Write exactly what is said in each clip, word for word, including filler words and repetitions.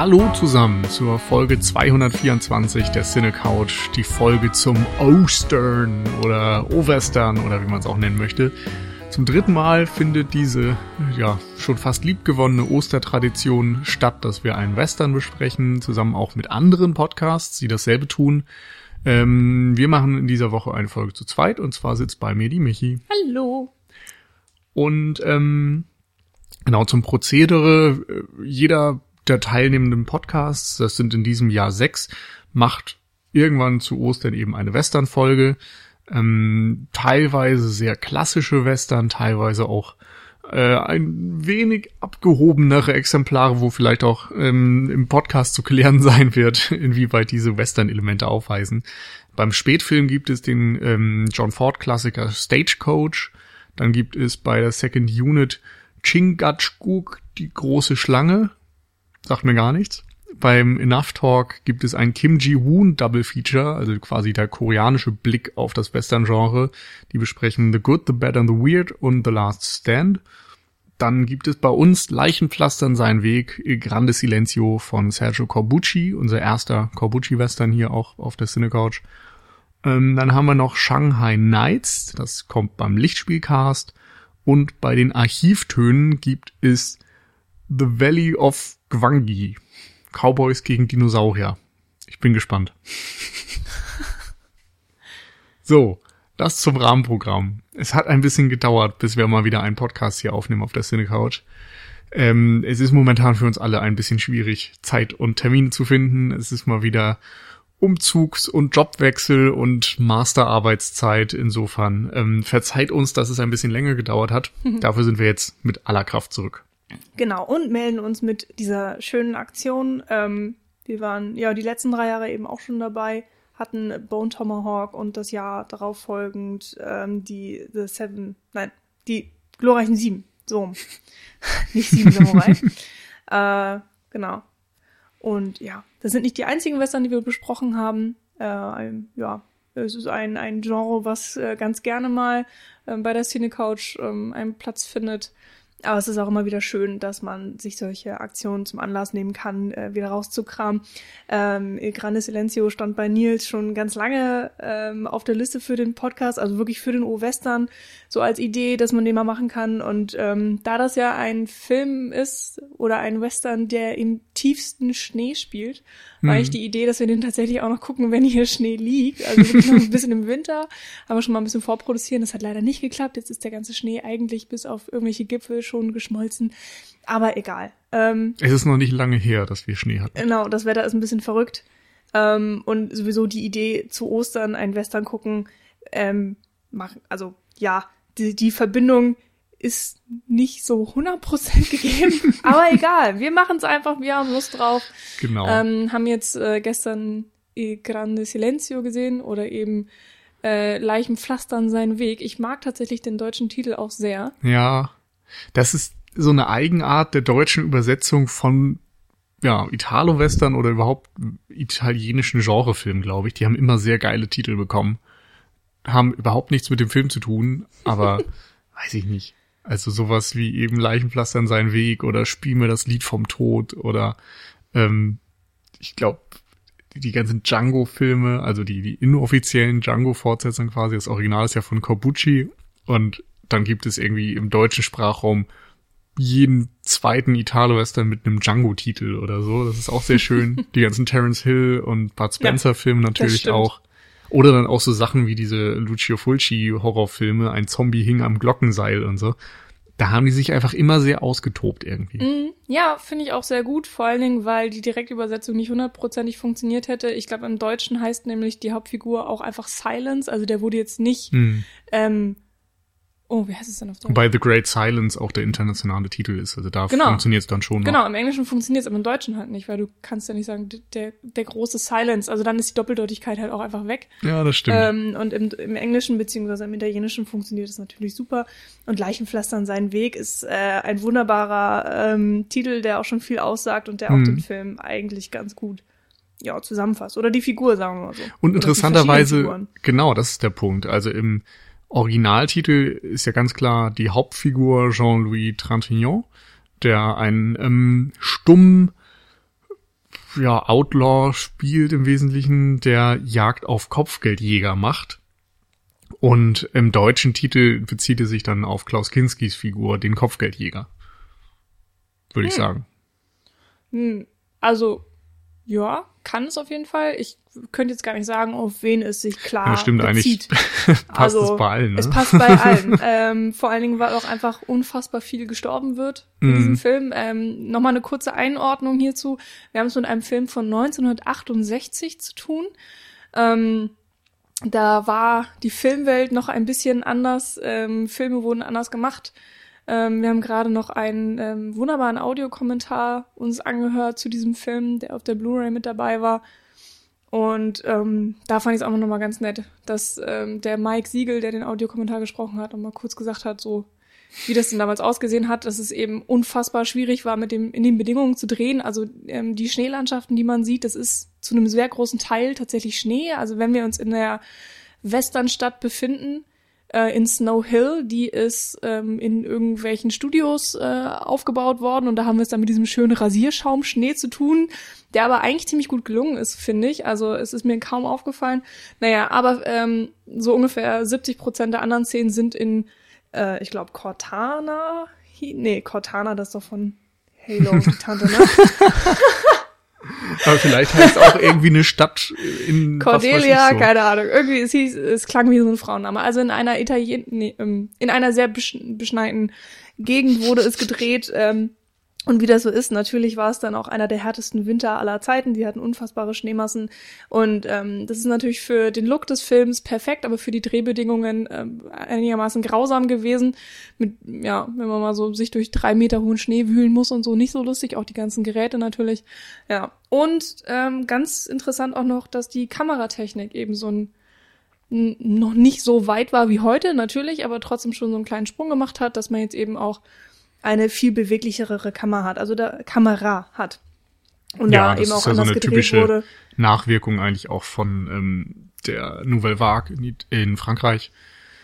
Hallo zusammen zur Folge zweihundertvierundzwanzig der Cine-Couch, die Folge zum Ostern oder Ovestern oder wie man es auch nennen möchte. Zum dritten Mal findet diese ja schon fast liebgewonnene Ostertradition statt, dass wir einen Western besprechen, zusammen auch mit anderen Podcasts, die dasselbe tun. Ähm, wir machen in dieser Woche eine Folge zu zweit und zwar sitzt bei mir die Michi. Hallo. Und ähm, genau zum Prozedere, jeder der teilnehmenden Podcasts, das sind in diesem Jahr sechs, macht irgendwann zu Ostern eben eine Western-Folge. Ähm, teilweise sehr klassische Western, teilweise auch äh, ein wenig abgehobenere Exemplare, wo vielleicht auch ähm, im Podcast zu klären sein wird, inwieweit diese Western-Elemente aufweisen. Beim Spätfilm gibt es den ähm, John Ford-Klassiker Stagecoach. Dann gibt es bei der Second Unit Chingachgook, die große Schlange. Sagt mir gar nichts. Beim Enough Talk gibt es ein Kim Ji-woon Double Feature, also quasi der koreanische Blick auf das Western-Genre. Die besprechen The Good, The Bad and The Weird und The Last Stand. Dann gibt es bei uns Leichenpflastern seinen Weg, Grande Silencio von Sergio Corbucci, unser erster Corbucci-Western hier auch auf der Cine-Couch. Ähm, dann haben wir noch Shanghai Nights, das kommt beim Lichtspielcast. Und bei den Archivtönen gibt es The Valley of Gwangi. Cowboys gegen Dinosaurier. Ich bin gespannt. So, das zum Rahmenprogramm. Es hat ein bisschen gedauert, bis wir mal wieder einen Podcast hier aufnehmen auf der Cine-Couch. Ähm, es ist momentan für uns alle ein bisschen schwierig, Zeit und Termine zu finden. Es ist mal wieder Umzugs- und Jobwechsel und Masterarbeitszeit. Insofern ähm, verzeiht uns, dass es ein bisschen länger gedauert hat. Mhm. Dafür sind wir jetzt mit aller Kraft zurück. Genau, und melden uns mit dieser schönen Aktion. Ähm, wir waren ja die letzten drei Jahre eben auch schon dabei, hatten Bone Tomahawk und das Jahr darauf folgend ähm, die The Seven, nein, die glorreichen Sieben, so, nicht Sieben Samurai. äh, genau. Und ja, das sind nicht die einzigen Western, die wir besprochen haben. Äh, ein, ja, es ist ein ein Genre, was äh, ganz gerne mal äh, bei der Cine-Couch äh, einen Platz findet. Aber es ist auch immer wieder schön, dass man sich solche Aktionen zum Anlass nehmen kann, äh, wieder rauszukramen. Ähm, Grande Silencio stand bei Nils schon ganz lange ähm, auf der Liste für den Podcast, also wirklich für den O-Western, so als Idee, dass man den mal machen kann. Und ähm, da das ja ein Film ist oder ein Western, der im tiefsten Schnee spielt, mhm. war ich die Idee, dass wir den tatsächlich auch noch gucken, wenn hier Schnee liegt. Also wirklich noch ein bisschen im Winter, haben wir schon mal ein bisschen vorproduzieren. Das hat leider nicht geklappt. Jetzt ist der ganze Schnee eigentlich bis auf irgendwelche Gipfel schon geschmolzen, aber egal. Ähm, es ist noch nicht lange her, dass wir Schnee hatten. Genau, das Wetter ist ein bisschen verrückt ähm, und sowieso die Idee zu Ostern ein Western gucken, ähm, machen, also ja, die, die Verbindung ist nicht so hundert Prozent gegeben, aber egal, wir machen es einfach, wir haben Lust drauf. Genau. Ähm, haben jetzt äh, gestern Grande Silencio gesehen oder eben äh, Leichenpflastern seinen Weg. Ich mag tatsächlich den deutschen Titel auch sehr. Ja, das ist so eine Eigenart der deutschen Übersetzung von ja Italo-Western oder überhaupt italienischen Genrefilmen, glaube ich. Die haben immer sehr geile Titel bekommen. Haben überhaupt nichts mit dem Film zu tun, aber weiß ich nicht. Also sowas wie eben Leichenpflastern seinen Weg oder Spiel mir das Lied vom Tod oder ähm, ich glaube die ganzen Django-Filme, also die die inoffiziellen Django-Fortsetzungen quasi. Das Original ist ja von Corbucci und dann gibt es irgendwie im deutschen Sprachraum jeden zweiten Italo-Western mit einem Django-Titel oder so. Das ist auch sehr schön. Die ganzen Terence Hill und Bud Spencer-Filme ja, natürlich auch. Oder dann auch so Sachen wie diese Lucio Fulci-Horrorfilme, ein Zombie hing am Glockenseil und so. Da haben die sich einfach immer sehr ausgetobt irgendwie. Mm, ja, finde ich auch sehr gut. Vor allen Dingen, weil die Direktübersetzung nicht hundertprozentig funktioniert hätte. Ich glaube, im Deutschen heißt nämlich die Hauptfigur auch einfach Silence. Also der wurde jetzt nicht mm. ähm, Oh, wie heißt es denn auf Deutsch? Wobei The Great Silence auch der internationale Titel ist. Also da genau. funktioniert es dann schon noch. Genau, im Englischen funktioniert es, aber im Deutschen halt nicht, weil du kannst ja nicht sagen, der der große Silence. Also dann ist die Doppeldeutigkeit halt auch einfach weg. Ja, das stimmt. Ähm, und im, im Englischen beziehungsweise im Italienischen funktioniert es natürlich super. Und Leichenpflastern seinen Weg ist äh, ein wunderbarer ähm, Titel, der auch schon viel aussagt und der auch hm. den Film eigentlich ganz gut ja zusammenfasst. Oder die Figur, sagen wir mal so. Und interessanterweise, genau, das ist der Punkt. Also im Originaltitel ist ja ganz klar die Hauptfigur Jean-Louis Trintignant, der ein ähm, stumm ja, Outlaw spielt im Wesentlichen, der Jagd auf Kopfgeldjäger macht. Und im deutschen Titel bezieht es sich dann auf Klaus Kinskis Figur, den Kopfgeldjäger. Würde hm. ich sagen. Hm. Also, ja, kann es auf jeden Fall. Ich könnte jetzt gar nicht sagen, auf wen es sich klar ja, stimmt, bezieht. Eigentlich passt also, es bei allen. Ne? Es passt bei allen. ähm, vor allen Dingen, weil auch einfach unfassbar viel gestorben wird in mm. diesem Film. Ähm, Nochmal eine kurze Einordnung hierzu. Wir haben es mit einem Film von neunzehnhundertachtundsechzig zu tun. Ähm, da war die Filmwelt noch ein bisschen anders. Ähm, Filme wurden anders gemacht. Ähm, wir haben gerade noch einen ähm, wunderbaren Audiokommentar uns angehört zu diesem Film, der auf der Blu-ray mit dabei war. Und ähm, da fand ich es auch noch mal ganz nett, dass ähm, der Mike Siegel, der den Audiokommentar gesprochen hat, noch mal kurz gesagt hat, so wie das denn damals ausgesehen hat, dass es eben unfassbar schwierig war, mit dem in den Bedingungen zu drehen. Also ähm, die Schneelandschaften, die man sieht, das ist zu einem sehr großen Teil tatsächlich Schnee. Also wenn wir uns in der Westernstadt befinden, in Snow Hill, die ist ähm, in irgendwelchen Studios äh, aufgebaut worden und da haben wir es dann mit diesem schönen Rasierschaumschnee zu tun, der aber eigentlich ziemlich gut gelungen ist, finde ich. Also es ist mir kaum aufgefallen. Naja, aber ähm, so ungefähr siebzig Prozent der anderen Szenen sind in, äh, ich glaube, Cortana. Nee, Cortana, das ist doch von Halo, die Tante, ne? Aber vielleicht heißt es auch irgendwie eine Stadt in Cordelia, so. Keine Ahnung. Irgendwie, es hieß, es klang wie so ein Frauenname. Also in einer Italien, nee, in einer sehr beschneiten Gegend wurde es gedreht. Ähm, und wie das so ist, natürlich war es dann auch einer der härtesten Winter aller Zeiten. Die hatten unfassbare Schneemassen. Und ähm, das ist natürlich für den Look des Films perfekt, aber für die Drehbedingungen ähm, einigermaßen grausam gewesen. Mit, ja, wenn man mal so sich durch drei Meter hohen Schnee wühlen muss und so, nicht so lustig. Auch die ganzen Geräte natürlich. Ja. Und ähm, ganz interessant auch noch, dass die Kameratechnik eben so ein n- noch nicht so weit war wie heute, natürlich, aber trotzdem schon so einen kleinen Sprung gemacht hat, dass man jetzt eben auch eine viel beweglichere Kamera hat, also der Kamera hat. Und ja, da eben auch ja anders so gedreht wurde. Nachwirkung eigentlich auch von ähm, der Nouvelle Vague in, in Frankreich,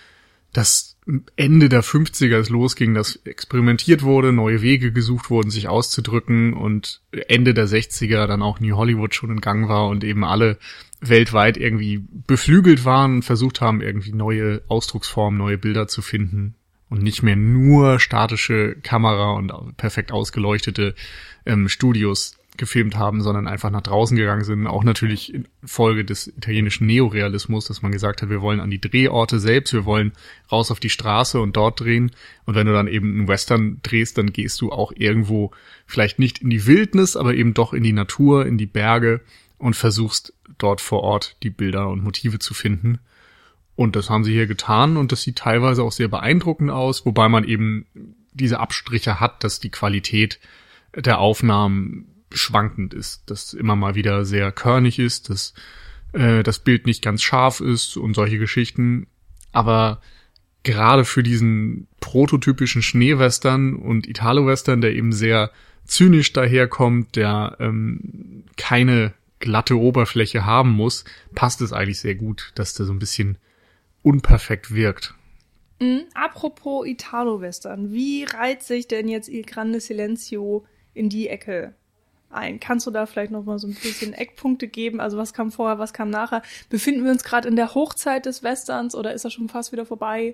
dass Ende der fünfziger es losging, dass experimentiert wurde, neue Wege gesucht wurden, sich auszudrücken und Ende der sechziger dann auch New Hollywood schon in Gang war und eben alle weltweit irgendwie beflügelt waren und versucht haben, irgendwie neue Ausdrucksformen, neue Bilder zu finden. Und nicht mehr nur statische Kamera und perfekt ausgeleuchtete ähm, Studios gefilmt haben, sondern einfach nach draußen gegangen sind. Auch natürlich in Folge des italienischen Neorealismus, dass man gesagt hat, wir wollen an die Drehorte selbst, wir wollen raus auf die Straße und dort drehen. Und wenn du dann eben einen Western drehst, dann gehst du auch irgendwo vielleicht nicht in die Wildnis, aber eben doch in die Natur, in die Berge und versuchst dort vor Ort die Bilder und Motive zu finden. Und das haben sie hier getan und das sieht teilweise auch sehr beeindruckend aus, wobei man eben diese Abstriche hat, dass die Qualität der Aufnahmen schwankend ist, dass immer mal wieder sehr körnig ist, dass äh, das Bild nicht ganz scharf ist und solche Geschichten. Aber gerade für diesen prototypischen Schneewestern und Italo-Western, der eben sehr zynisch daherkommt, der ähm, keine glatte Oberfläche haben muss, passt es eigentlich sehr gut, dass der so ein bisschen unperfekt wirkt. Mhm. Apropos Italo-Western, wie reiht sich denn jetzt Il Grande Silenzio in die Ecke ein? Kannst du da vielleicht noch mal so ein bisschen Eckpunkte geben? Also was kam vorher, was kam nachher? Befinden wir uns gerade in der Hochzeit des Westerns oder ist das schon fast wieder vorbei?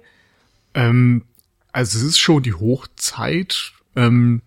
Ähm, also es ist schon die Hochzeit. Ähm,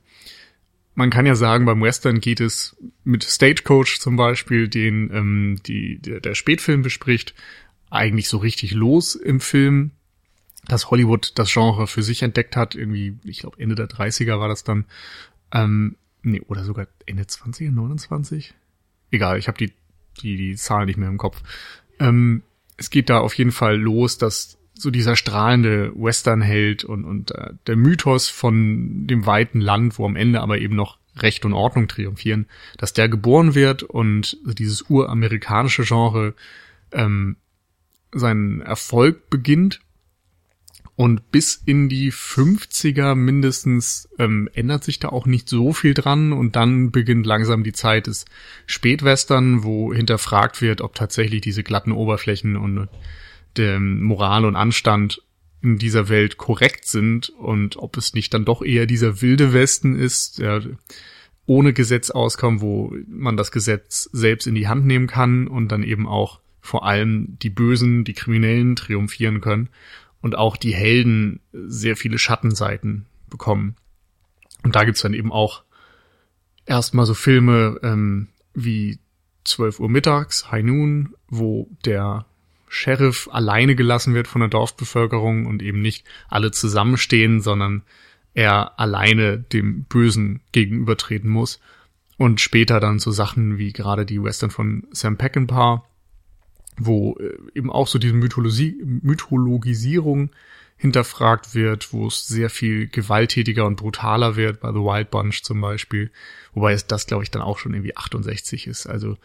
man kann ja sagen, beim Western geht es mit Stagecoach zum Beispiel, den ähm, die der, der Spätfilm bespricht, eigentlich so richtig los im Film, dass Hollywood das Genre für sich entdeckt hat, irgendwie, ich glaube Ende der dreißiger war das dann, ähm, nee, oder sogar Ende zwanziger, neunundzwanzig? Egal, ich habe die, die, die Zahl nicht mehr im Kopf. Ähm, es geht da auf jeden Fall los, dass so dieser strahlende Westernheld und, und äh, der Mythos von dem weiten Land, wo am Ende aber eben noch Recht und Ordnung triumphieren, dass der geboren wird und dieses uramerikanische Genre ähm, seinen Erfolg beginnt und bis in die fünfziger mindestens ähm, ändert sich da auch nicht so viel dran und dann beginnt langsam die Zeit des Spätwestern, wo hinterfragt wird, ob tatsächlich diese glatten Oberflächen und der Moral und Anstand in dieser Welt korrekt sind und ob es nicht dann doch eher dieser wilde Westen ist, der ohne Gesetz auskommen, wo man das Gesetz selbst in die Hand nehmen kann und dann eben auch vor allem die Bösen, die Kriminellen triumphieren können und auch die Helden sehr viele Schattenseiten bekommen. Und da gibt's dann eben auch erstmal so Filme ähm, wie zwölf Uhr mittags, High Noon, wo der Sheriff alleine gelassen wird von der Dorfbevölkerung und eben nicht alle zusammenstehen, sondern er alleine dem Bösen gegenübertreten muss. Und später dann so Sachen wie gerade die Western von Sam Peckinpah, wo eben auch so diese Mythologie, Mythologisierung hinterfragt wird, wo es sehr viel gewalttätiger und brutaler wird, bei The Wild Bunch zum Beispiel. Wobei es das, glaube ich, dann auch schon irgendwie achtundsechzig ist. Also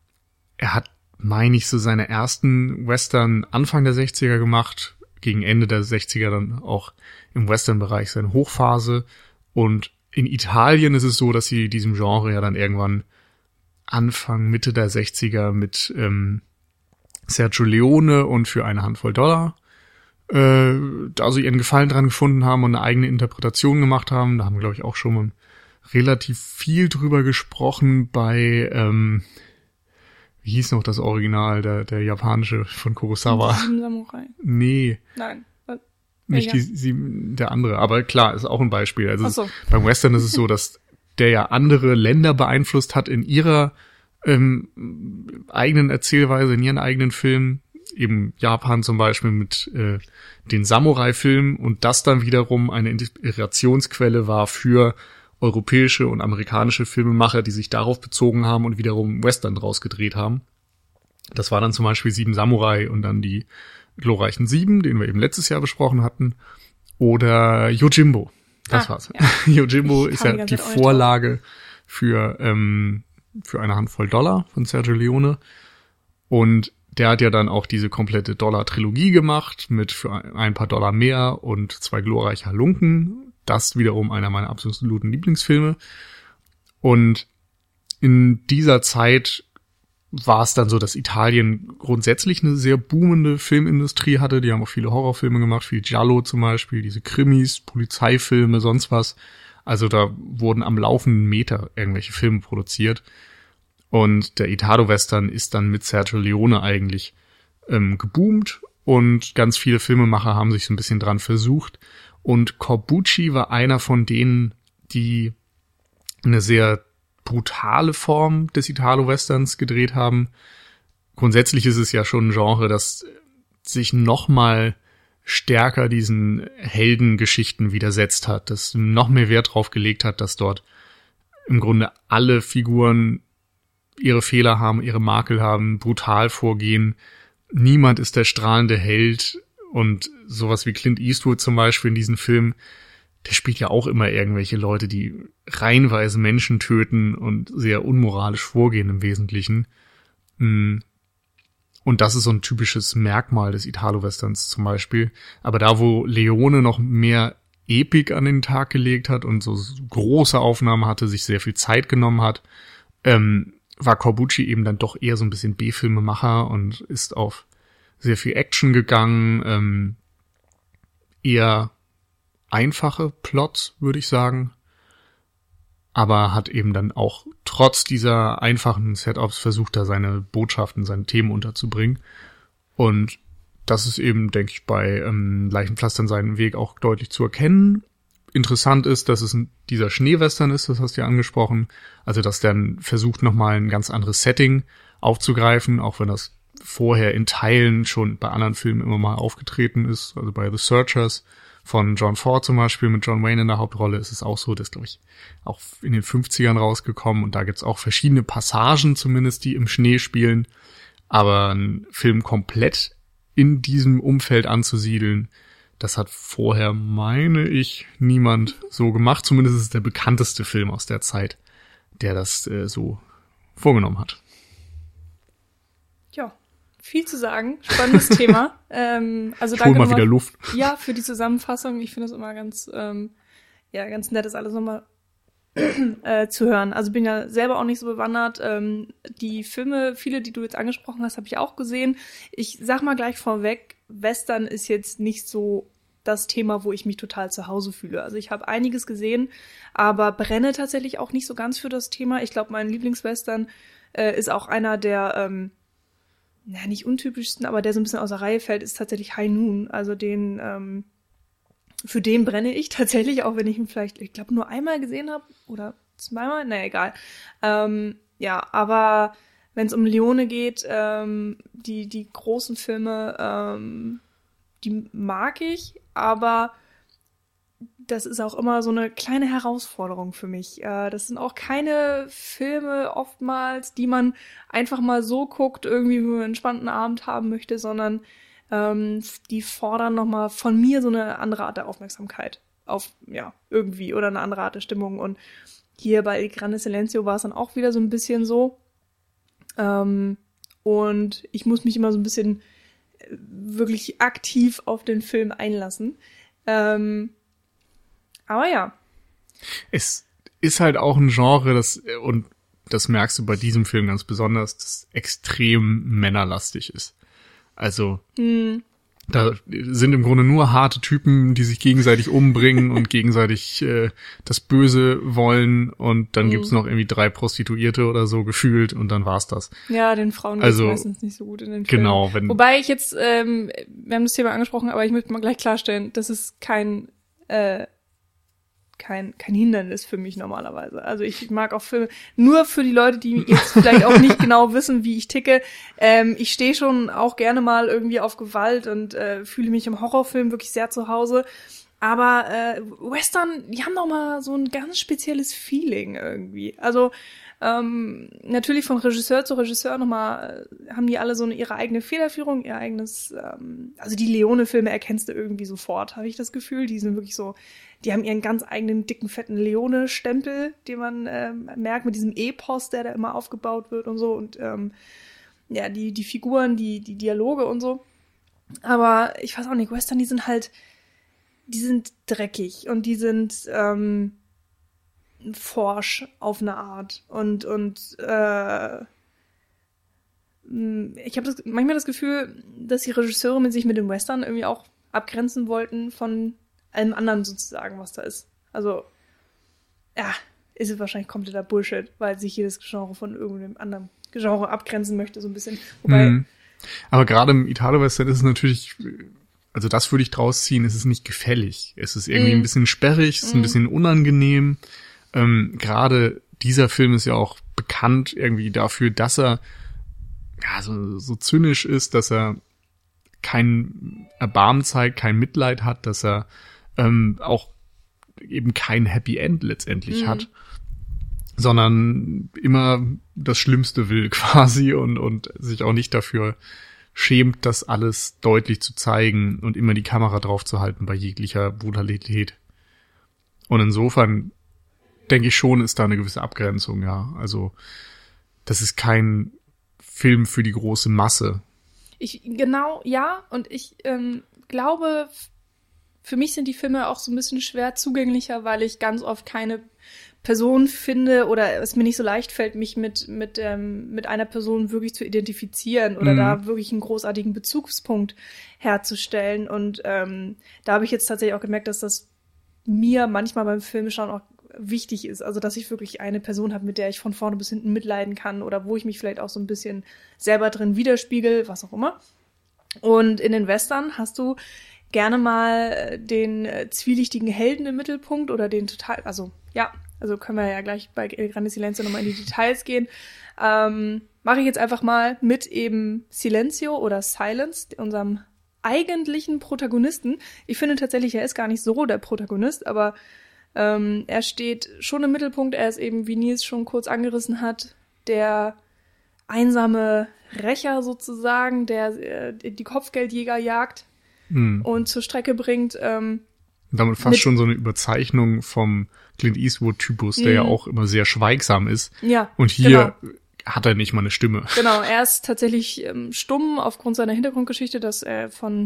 er hat, meine ich, so seine ersten Western Anfang der sechziger gemacht, gegen Ende der sechziger dann auch im Western-Bereich seine Hochphase. Und in Italien ist es so, dass sie diesem Genre ja dann irgendwann Anfang, Mitte der sechziger mit ähm, Sergio Leone und Für eine Handvoll Dollar äh, da so ihren Gefallen dran gefunden haben und eine eigene Interpretation gemacht haben. Da haben wir, glaube ich, auch schon mal relativ viel drüber gesprochen bei ähm, wie hieß noch das Original, der der japanische von Kurosawa? Sieben Samurai. Nee. Nein. Nicht ja. die sieben, der andere, aber klar, ist auch ein Beispiel. Also Ach so. es, beim Western ist es so, dass der ja andere Länder beeinflusst hat in ihrer ähm, eigenen Erzählweise, in ihren eigenen Filmen. Eben Japan zum Beispiel mit äh, den Samurai-Filmen und das dann wiederum eine Inspirationsquelle war für europäische und amerikanische Filmemacher, die sich darauf bezogen haben und wiederum Western draus gedreht haben. Das war dann zum Beispiel Sieben Samurai und dann die glorreichen Sieben, den wir eben letztes Jahr besprochen hatten, oder Yojimbo. Das ah, war's. Ja. Yojimbo ist ja die die Vorlage für ähm, für eine Handvoll Dollar von Sergio Leone und der hat ja dann auch diese komplette Dollar-Trilogie gemacht mit für ein paar Dollar mehr und zwei glorreiche Halunken. Das wiederum einer meiner absoluten Lieblingsfilme. Und in dieser Zeit war es dann so, dass Italien grundsätzlich eine sehr boomende Filmindustrie hatte. Die haben auch viele Horrorfilme gemacht, viel Giallo zum Beispiel, diese Krimis, Polizeifilme, sonst was. Also da wurden am laufenden Meter irgendwelche Filme produziert. Und der Italo-Western ist dann mit Sergio Leone eigentlich ähm, geboomt und ganz viele Filmemacher haben sich so ein bisschen dran versucht. Und Corbucci war einer von denen, die eine sehr brutale Form des Italo-Westerns gedreht haben. Grundsätzlich ist es ja schon ein Genre, das sich noch mal stärker diesen Heldengeschichten widersetzt hat, das noch mehr Wert drauf gelegt hat, dass dort im Grunde alle Figuren ihre Fehler haben, ihre Makel haben, brutal vorgehen. Niemand ist der strahlende Held und sowas wie Clint Eastwood zum Beispiel in diesen Filmen, der spielt ja auch immer irgendwelche Leute, die reihenweise Menschen töten und sehr unmoralisch vorgehen im Wesentlichen. Und das ist so ein typisches Merkmal des Italo-Westerns zum Beispiel. Aber da, wo Leone noch mehr Epik an den Tag gelegt hat und so große Aufnahmen hatte, sich sehr viel Zeit genommen hat, ähm, war Corbucci eben dann doch eher so ein bisschen B-Filmemacher und ist auf sehr viel Action gegangen, ähm, eher einfache Plots, würde ich sagen, aber hat eben dann auch trotz dieser einfachen Setups versucht, da seine Botschaften, seine Themen unterzubringen. Und das ist eben, denke ich, bei ähm, Leichenpflastern seinen Weg auch deutlich zu erkennen. Interessant ist, dass es ein, dieser Schneewestern ist, das hast du ja angesprochen, also dass der versucht, nochmal ein ganz anderes Setting aufzugreifen, auch wenn das vorher in Teilen schon bei anderen Filmen immer mal aufgetreten ist, also bei The Searchers von John Ford zum Beispiel mit John Wayne in der Hauptrolle ist es auch so, das glaube ich auch in den fünfzigern rausgekommen und da gibt's auch verschiedene Passagen zumindest, die im Schnee spielen, aber ein Film komplett in diesem Umfeld anzusiedeln, das hat vorher, meine ich, niemand so gemacht. Zumindest ist es der bekannteste Film aus der Zeit, der das äh, so vorgenommen hat. Ja, viel zu sagen. Spannendes Thema. Ähm, also Schon mal wieder Luft. Ja, für die Zusammenfassung. Ich finde es immer ganz, ähm, ja, ganz nett, das alles nochmal äh, zu hören. Also bin ja selber auch nicht so bewandert. Ähm, die Filme, viele, die du jetzt angesprochen hast, habe ich auch gesehen. Ich sag mal gleich vorweg, Western ist jetzt nicht so das Thema, wo ich mich total zu Hause fühle. Also ich habe einiges gesehen, aber brenne tatsächlich auch nicht so ganz für das Thema. Ich glaube, mein Lieblingswestern äh, ist auch einer der, ähm, na, nicht untypischsten, aber der so ein bisschen aus der Reihe fällt, ist tatsächlich High Noon. Also den, ähm, für den brenne ich tatsächlich, auch wenn ich ihn vielleicht, ich glaube, nur einmal gesehen habe oder zweimal, na egal. Ähm, ja, aber wenn es um Leone geht, ähm, die, die großen Filme, ähm, die mag ich, aber das ist auch immer so eine kleine Herausforderung für mich. Äh, das sind auch keine Filme oftmals, die man einfach mal so guckt, irgendwie, wenn man einen entspannten Abend haben möchte, sondern ähm, die fordern nochmal von mir so eine andere Art der Aufmerksamkeit auf, ja, irgendwie, oder eine andere Art der Stimmung. Und hier bei El Grande Silencio war es dann auch wieder so ein bisschen so. Ähm, und ich muss mich immer so ein bisschen wirklich aktiv auf den Film einlassen. Ähm, aber ja. Es ist halt auch ein Genre, das, und das merkst du bei diesem Film ganz besonders, das extrem männerlastig ist. Also, hm. da sind im Grunde nur harte Typen, die sich gegenseitig umbringen und gegenseitig äh, das Böse wollen, und dann hm. gibt's noch irgendwie drei Prostituierte oder so gefühlt, und dann war's das. Ja, den Frauen geht's also, meistens nicht so gut in den Filmen. Genau. Wenn, Wobei ich jetzt, ähm, wir haben das Thema angesprochen, aber ich möchte mal gleich klarstellen, das ist kein äh, kein kein Hindernis für mich normalerweise. Also ich mag auch Filme, nur für die Leute, die jetzt vielleicht auch nicht genau wissen, wie ich ticke. Ähm, ich stehe schon auch gerne mal irgendwie auf Gewalt und äh, fühle mich im Horrorfilm wirklich sehr zu Hause. Aber äh, Western, die haben noch mal so ein ganz spezielles Feeling irgendwie. Also ähm, natürlich von Regisseur zu Regisseur nochmal äh, haben die alle so eine, ihre eigene Federführung, ihr eigenes, ähm, also die Leone-Filme erkennst du irgendwie sofort, habe ich das Gefühl. Die sind wirklich so, die haben ihren ganz eigenen dicken, fetten Leone-Stempel, den man ähm, merkt, mit diesem Epos, der da immer aufgebaut wird und so. Und ähm, ja, die die Figuren, die die Dialoge und so. Aber ich weiß auch nicht, Western, die sind halt, die sind dreckig und die sind ähm, forsch auf eine Art. Und und äh, ich habe das, manchmal das Gefühl, dass die Regisseure mit sich mit dem Western irgendwie auch abgrenzen wollten von allem anderen sozusagen, was da ist. Also, ja, ist es wahrscheinlich kompletter Bullshit, weil sich jedes Genre von irgendeinem anderen Genre abgrenzen möchte, so ein bisschen. Wobei, mhm. Aber gerade im Italo-Western ist es natürlich, also das würde ich draus ziehen, es ist nicht gefällig. Es ist irgendwie mm. ein bisschen sperrig, es ist mm. ein bisschen unangenehm. Ähm, gerade dieser Film ist ja auch bekannt irgendwie dafür, dass er ja so, so zynisch ist, dass er kein Erbarmen zeigt, kein Mitleid hat, dass er ähm, auch eben kein Happy End letztendlich mm. hat, sondern immer das Schlimmste will quasi und und sich auch nicht dafür schämt, das alles deutlich zu zeigen und immer die Kamera drauf zu halten bei jeglicher Brutalität. Und insofern denke ich schon, ist da eine gewisse Abgrenzung, ja. Also das ist kein Film für die große Masse. Ich genau, ja, und ich ähm, glaube, für mich sind die Filme auch so ein bisschen schwer zugänglicher, weil ich ganz oft keine Person finde oder es mir nicht so leicht fällt, mich mit mit ähm, mit einer Person wirklich zu identifizieren oder mhm. da wirklich einen großartigen Bezugspunkt herzustellen. Und ähm, da habe ich jetzt tatsächlich auch gemerkt, dass das mir manchmal beim Filmschauen auch wichtig ist. Also, dass ich wirklich eine Person habe, mit der ich von vorne bis hinten mitleiden kann oder wo ich mich vielleicht auch so ein bisschen selber drin widerspiegel, was auch immer. Und in den Western hast du gerne mal den äh, zwielichtigen Helden im Mittelpunkt oder den total, also ja, also können wir ja gleich bei El Grande Silencio nochmal in die Details gehen. Ähm, mache ich jetzt einfach mal mit eben Silencio oder Silence, unserem eigentlichen Protagonisten. Ich finde tatsächlich, er ist gar nicht so der Protagonist, aber ähm, er steht schon im Mittelpunkt. Er ist eben, wie Nils schon kurz angerissen hat, der einsame Rächer sozusagen, der äh, die Kopfgeldjäger jagt hm. und zur Strecke bringt. Ähm, Damit fast schon so eine Überzeichnung vom Clint Eastwood-Typus, der mm. ja auch immer sehr schweigsam ist. Ja, und hier genau. hat er nicht mal eine Stimme. Genau, er ist tatsächlich ähm, stumm aufgrund seiner Hintergrundgeschichte, dass er von,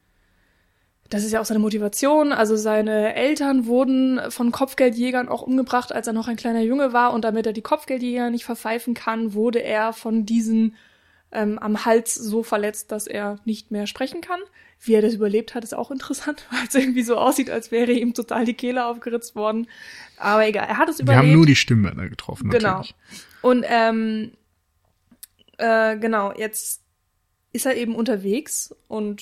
das ist ja auch seine Motivation, also seine Eltern wurden von Kopfgeldjägern auch umgebracht, als er noch ein kleiner Junge war, und damit er die Kopfgeldjäger nicht verpfeifen kann, wurde er von diesen ähm, am Hals so verletzt, dass er nicht mehr sprechen kann. Wie er das überlebt hat, ist auch interessant, weil es irgendwie so aussieht, als wäre ihm total die Kehle aufgeritzt worden. Aber egal, er hat es überlebt. Wir haben nur die Stimmbänder getroffen, genau. natürlich. Und ähm, äh, genau, jetzt ist er eben unterwegs und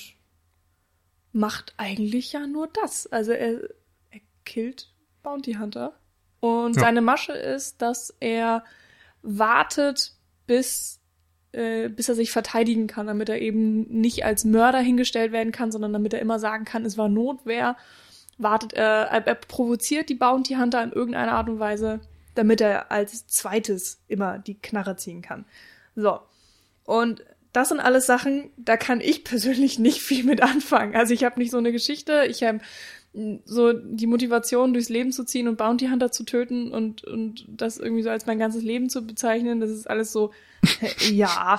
macht eigentlich ja nur das. Also er, er killt Bounty Hunter. Und ja. seine Masche ist, dass er wartet, bis äh, bis er sich verteidigen kann, damit er eben nicht als Mörder hingestellt werden kann, sondern damit er immer sagen kann, es war Notwehr. Wartet er, er, er provoziert die Bounty Hunter in irgendeiner Art und Weise, damit er als zweites immer die Knarre ziehen kann. So. Und das sind alles Sachen, da kann ich persönlich nicht viel mit anfangen. Also ich habe nicht so eine Geschichte, ich habe so die Motivation, durchs Leben zu ziehen und Bounty Hunter zu töten und und das irgendwie so als mein ganzes Leben zu bezeichnen, das ist alles so, ja.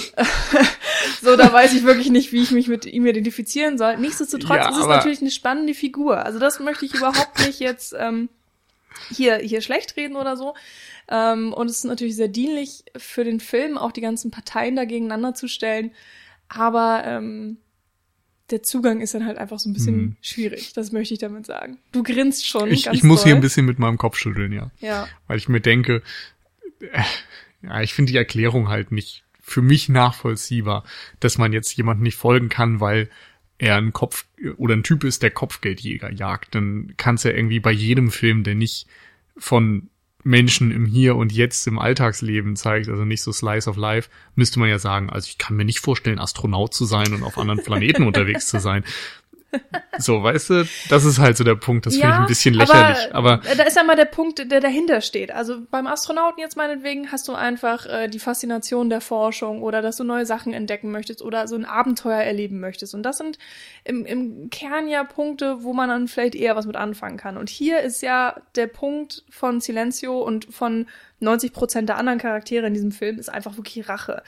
So, da weiß ich wirklich nicht, wie ich mich mit ihm identifizieren soll. Nichtsdestotrotz ja, ist es natürlich eine spannende Figur. Also das möchte ich überhaupt nicht jetzt ähm, hier hier schlecht reden oder so. Ähm, und es ist natürlich sehr dienlich für den Film, auch die ganzen Parteien da gegeneinander zu stellen. Aber ähm, der Zugang ist dann halt einfach so ein bisschen hm. schwierig. Das möchte ich damit sagen. Du grinst schon ich, ganz Ich muss doll. hier ein bisschen mit meinem Kopf schütteln, ja. Ja. Weil ich mir denke, äh, ja, ich finde die Erklärung halt nicht für mich nachvollziehbar, dass man jetzt jemandem nicht folgen kann, weil er ein Kopf oder ein Typ ist, der Kopfgeldjäger jagt. Dann kann es ja irgendwie bei jedem Film, der nicht von Menschen im Hier und Jetzt im Alltagsleben zeigt, also nicht so Slice of Life, müsste man ja sagen, also ich kann mir nicht vorstellen, Astronaut zu sein und auf anderen Planeten unterwegs zu sein. So, weißt du, das ist halt so der Punkt, das ja, finde ich ein bisschen lächerlich. Aber, aber da ist ja mal der Punkt, der dahinter steht. Also beim Astronauten jetzt meinetwegen hast du einfach äh, die Faszination der Forschung oder dass du neue Sachen entdecken möchtest oder so ein Abenteuer erleben möchtest. Und das sind im, im Kern ja Punkte, wo man dann vielleicht eher was mit anfangen kann. Und hier ist ja der Punkt von Silencio und von neunzig Prozent der anderen Charaktere in diesem Film ist einfach wirklich Rache.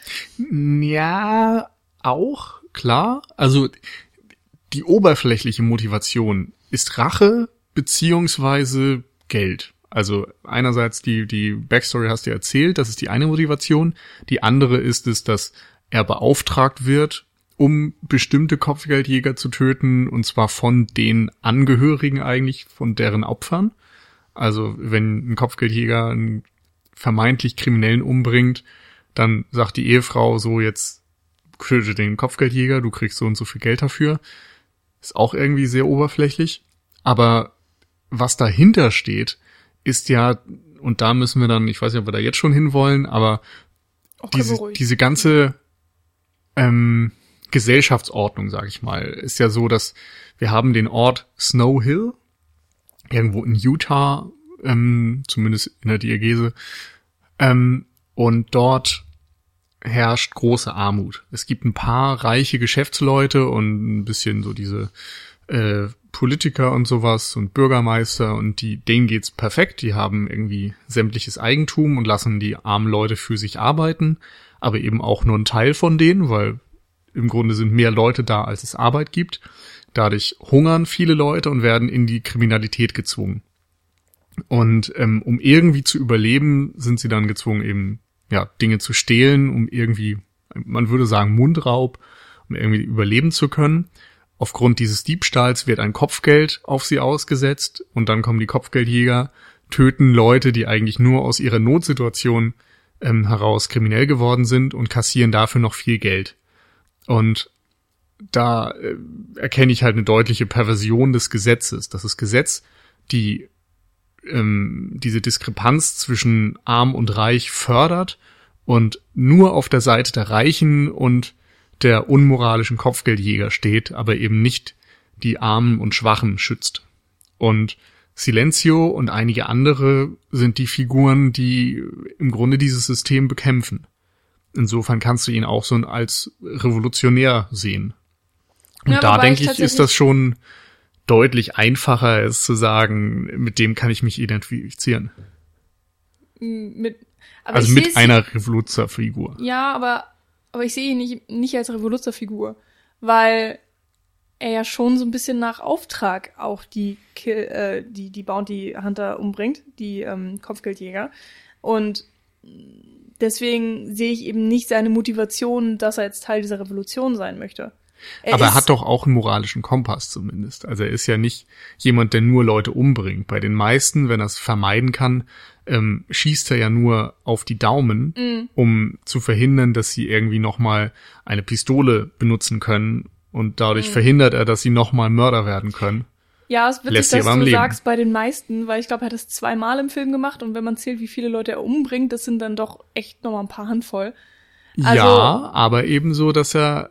Ja, auch, klar. Also die oberflächliche Motivation ist Rache beziehungsweise Geld. Also einerseits die die Backstory hast du erzählt, das ist die eine Motivation. Die andere ist es, dass er beauftragt wird, um bestimmte Kopfgeldjäger zu töten, und zwar von den Angehörigen eigentlich, von deren Opfern. Also wenn ein Kopfgeldjäger einen vermeintlich Kriminellen umbringt, dann sagt die Ehefrau so, jetzt töte den Kopfgeldjäger, du kriegst so und so viel Geld dafür. Ist auch irgendwie sehr oberflächlich. Aber was dahinter steht, ist ja, und da müssen wir dann, ich weiß nicht, ob wir da jetzt schon hinwollen, aber okay, diese, diese ganze ähm, Gesellschaftsordnung, sag ich mal, ist ja so, dass wir haben den Ort Snow Hill, irgendwo in Utah, ähm, zumindest in der Diegese, ähm, und dort herrscht große Armut. Es gibt ein paar reiche Geschäftsleute und ein bisschen so diese äh, Politiker und sowas und Bürgermeister, und die denen geht's perfekt. Die haben irgendwie sämtliches Eigentum und lassen die armen Leute für sich arbeiten, aber eben auch nur ein Teil von denen, weil im Grunde sind mehr Leute da, als es Arbeit gibt. Dadurch hungern viele Leute und werden in die Kriminalität gezwungen. Und ähm, um irgendwie zu überleben, sind sie dann gezwungen, eben ja, Dinge zu stehlen, um irgendwie, man würde sagen Mundraub, um irgendwie überleben zu können. Aufgrund dieses Diebstahls wird ein Kopfgeld auf sie ausgesetzt und dann kommen die Kopfgeldjäger, töten Leute, die eigentlich nur aus ihrer Notsituation ähm, heraus kriminell geworden sind, und kassieren dafür noch viel Geld. Und da äh, erkenne ich halt eine deutliche Perversion des Gesetzes. Das ist Gesetz, die diese Diskrepanz zwischen arm und reich fördert und nur auf der Seite der Reichen und der unmoralischen Kopfgeldjäger steht, aber eben nicht die Armen und Schwachen schützt. Und Silencio und einige andere sind die Figuren, die im Grunde dieses System bekämpfen. Insofern kannst du ihn auch so als Revolutionär sehen. Und ja, da denke ich, ich ist das schon deutlich einfacher ist zu sagen, mit dem kann ich mich identifizieren. Mit, aber also mit einer Revoluzerfigur. Ja, aber aber ich sehe ihn nicht, nicht als Revoluzerfigur, weil er ja schon so ein bisschen nach Auftrag auch die Kill, äh, die die Bounty Hunter umbringt, die ähm, Kopfgeldjäger. Und deswegen sehe ich eben nicht seine Motivation, dass er jetzt Teil dieser Revolution sein möchte. Er Aber er hat doch auch einen moralischen Kompass zumindest. Also er ist ja nicht jemand, der nur Leute umbringt. Bei den meisten, wenn er es vermeiden kann, ähm, schießt er ja nur auf die Daumen, mm. um zu verhindern, dass sie irgendwie nochmal eine Pistole benutzen können. Und dadurch mm. verhindert er, dass sie nochmal Mörder werden können. Ja, es wird witzig, dass du Leben. sagst bei den meisten, weil ich glaube, er hat es zweimal im Film gemacht. Und wenn man zählt, wie viele Leute er umbringt, das sind dann doch echt nochmal ein paar Handvoll. Also, ja, aber ebenso, dass er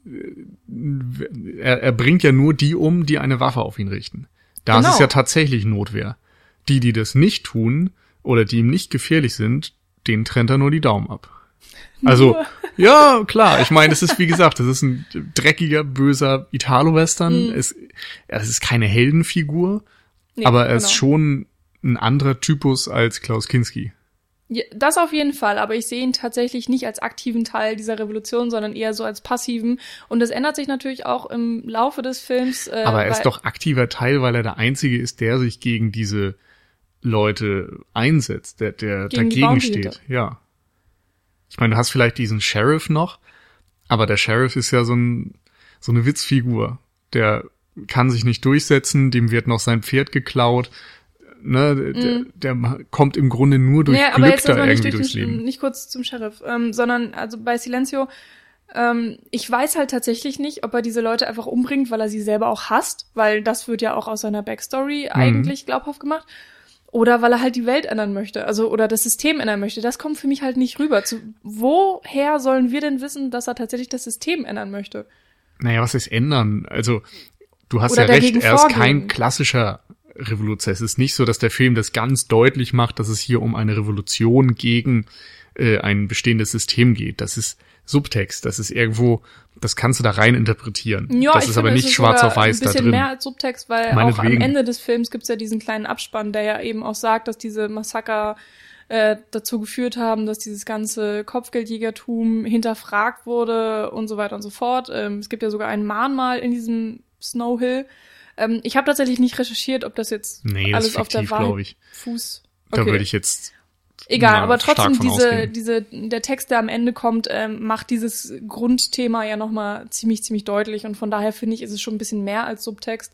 Er, er bringt ja nur die um, die eine Waffe auf ihn richten. Da genau. ist es ja tatsächlich Notwehr. Die, die das nicht tun oder die ihm nicht gefährlich sind, denen trennt er nur die Daumen ab. Also, ja, klar. Ich meine, es ist, wie gesagt, das ist ein dreckiger, böser Italo-Western. Mhm. Es, es ist keine Heldenfigur, nee, aber er genau. ist schon ein anderer Typus als Klaus Kinski. Ja, das auf jeden Fall, aber ich sehe ihn tatsächlich nicht als aktiven Teil dieser Revolution, sondern eher so als passiven. Und das ändert sich natürlich auch im Laufe des Films. Äh, aber er ist doch aktiver Teil, weil er der Einzige ist, der sich gegen diese Leute einsetzt, der, der dagegen steht. Ja. Ich meine, du hast vielleicht diesen Sheriff noch, aber der Sheriff ist ja so ein so eine Witzfigur. Der kann sich nicht durchsetzen, dem wird noch sein Pferd geklaut. Ne, mm. der, der kommt im Grunde nur durch ja, Glück aber jetzt da irgendwie durch durchs den, Leben. Nicht kurz zum Sheriff, ähm, sondern also bei Silencio, ähm, ich weiß halt tatsächlich nicht, ob er diese Leute einfach umbringt, weil er sie selber auch hasst, weil das wird ja auch aus seiner Backstory mhm. eigentlich glaubhaft gemacht, oder weil er halt die Welt ändern möchte, also oder das System ändern möchte. Das kommt für mich halt nicht rüber. Zu, woher sollen wir denn wissen, dass er tatsächlich das System ändern möchte? Naja, was ist ändern? Also du hast oder ja recht, er ist vorgehen. kein klassischer Revolution. Es ist nicht so, dass der Film das ganz deutlich macht, dass es hier um eine Revolution gegen äh, ein bestehendes System geht. Das ist Subtext, das ist irgendwo, das kannst du da rein interpretieren. Ja, das ich ist finde, aber nicht schwarz auf weiß da drin. Ein bisschen mehr als Subtext, weil auch am Ende des Films gibt's ja diesen kleinen Abspann, der ja eben auch sagt, dass diese Massaker äh, dazu geführt haben, dass dieses ganze Kopfgeldjägertum hinterfragt wurde und so weiter und so fort. Ähm, es gibt ja sogar ein Mahnmal in diesem Snow Hill. Ähm, ich habe tatsächlich nicht recherchiert, ob das jetzt nee, alles das auf der Wahrheit Fuß. Okay. Da würde ich jetzt egal, aber trotzdem diese diese der Text, der am Ende kommt, ähm, macht dieses Grundthema ja nochmal ziemlich ziemlich deutlich und von daher finde ich, ist es schon ein bisschen mehr als Subtext.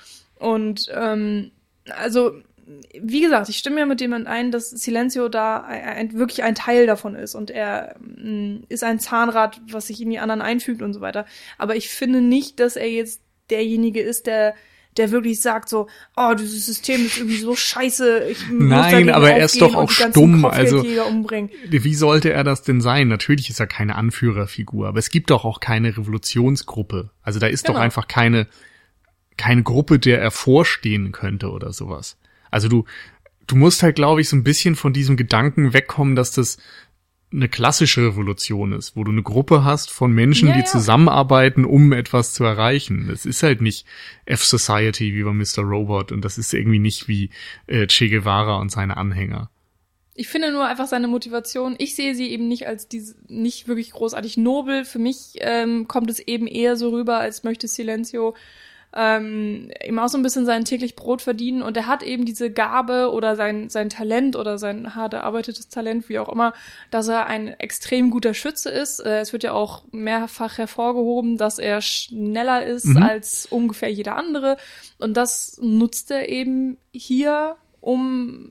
Und ähm, also wie gesagt, ich stimme ja mit dem ein, dass Silencio da ein, ein, wirklich ein Teil davon ist und er mh, ist ein Zahnrad, was sich in die anderen einfügt und so weiter. Aber ich finde nicht, dass er jetzt derjenige ist, der der wirklich sagt so, oh, dieses System ist irgendwie so scheiße, ich muss Nein, aber er ist doch auch stumm, also umbringen. Wie sollte er das denn sein? Natürlich ist er keine Anführerfigur, aber es gibt doch auch keine Revolutionsgruppe. Also da ist genau. doch einfach keine keine Gruppe, der er vorstehen könnte oder sowas. Also du du musst halt, glaube ich, so ein bisschen von diesem Gedanken wegkommen, dass das eine klassische Revolution ist, wo du eine Gruppe hast von Menschen, ja, die ja. zusammenarbeiten, um etwas zu erreichen. Das ist halt nicht F-Society wie bei Mister Robot und das ist irgendwie nicht wie äh, Che Guevara und seine Anhänger. Ich finde nur einfach seine Motivation, ich sehe sie eben nicht als diese, nicht wirklich großartig nobel. Für mich ähm, kommt es eben eher so rüber, als möchte Silencio ähm, eben auch so ein bisschen sein täglich Brot verdienen und er hat eben diese Gabe oder sein sein Talent oder sein hart erarbeitetes Talent, wie auch immer, dass er ein extrem guter Schütze ist. Äh, es wird ja auch mehrfach hervorgehoben, dass er schneller ist mhm. als ungefähr jeder andere und das nutzt er eben hier, um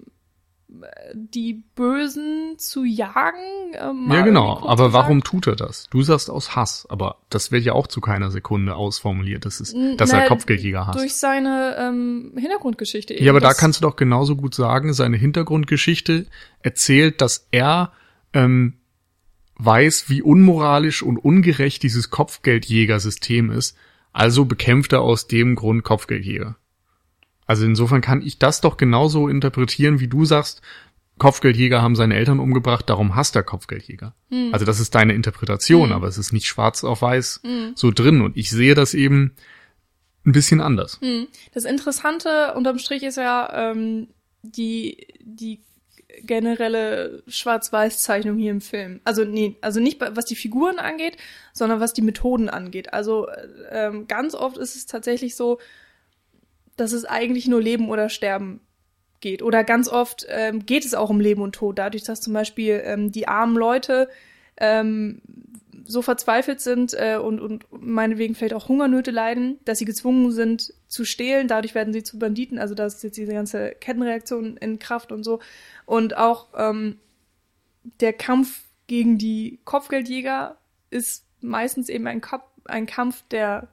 die Bösen zu jagen. Äh, mal ja, genau. Aber warum tut er das? Du sagst aus Hass, aber das wird ja auch zu keiner Sekunde ausformuliert, dass, es, dass Na, er Kopfgeldjäger hasst. Durch seine ähm, Hintergrundgeschichte eben. Ja, aber da kannst du doch genauso gut sagen, seine Hintergrundgeschichte erzählt, dass er ähm, weiß, wie unmoralisch und ungerecht dieses Kopfgeldjägersystem ist, also bekämpft er aus dem Grund Kopfgeldjäger. Also insofern kann ich das doch genauso interpretieren, wie du sagst, Kopfgeldjäger haben seine Eltern umgebracht, darum hasst er Kopfgeldjäger. Hm. Also das ist deine Interpretation, hm. aber es ist nicht schwarz auf weiß hm. so drin. Und ich sehe das eben ein bisschen anders. Hm. Das Interessante unterm Strich ist ja ähm, die die generelle Schwarz-Weiß-Zeichnung hier im Film. Also nee, also nicht was die Figuren angeht, sondern was die Methoden angeht. Also ähm, ganz oft ist es tatsächlich so, dass es eigentlich nur Leben oder Sterben geht. Oder ganz oft ähm, geht es auch um Leben und Tod. Dadurch, dass zum Beispiel ähm, die armen Leute ähm, so verzweifelt sind äh, und, und meinetwegen vielleicht auch Hungernöte leiden, dass sie gezwungen sind zu stehlen. Dadurch werden sie zu Banditen. Also da ist jetzt diese ganze Kettenreaktion in Kraft und so. Und auch ähm, der Kampf gegen die Kopfgeldjäger ist meistens eben ein, Kap- ein Kampf, der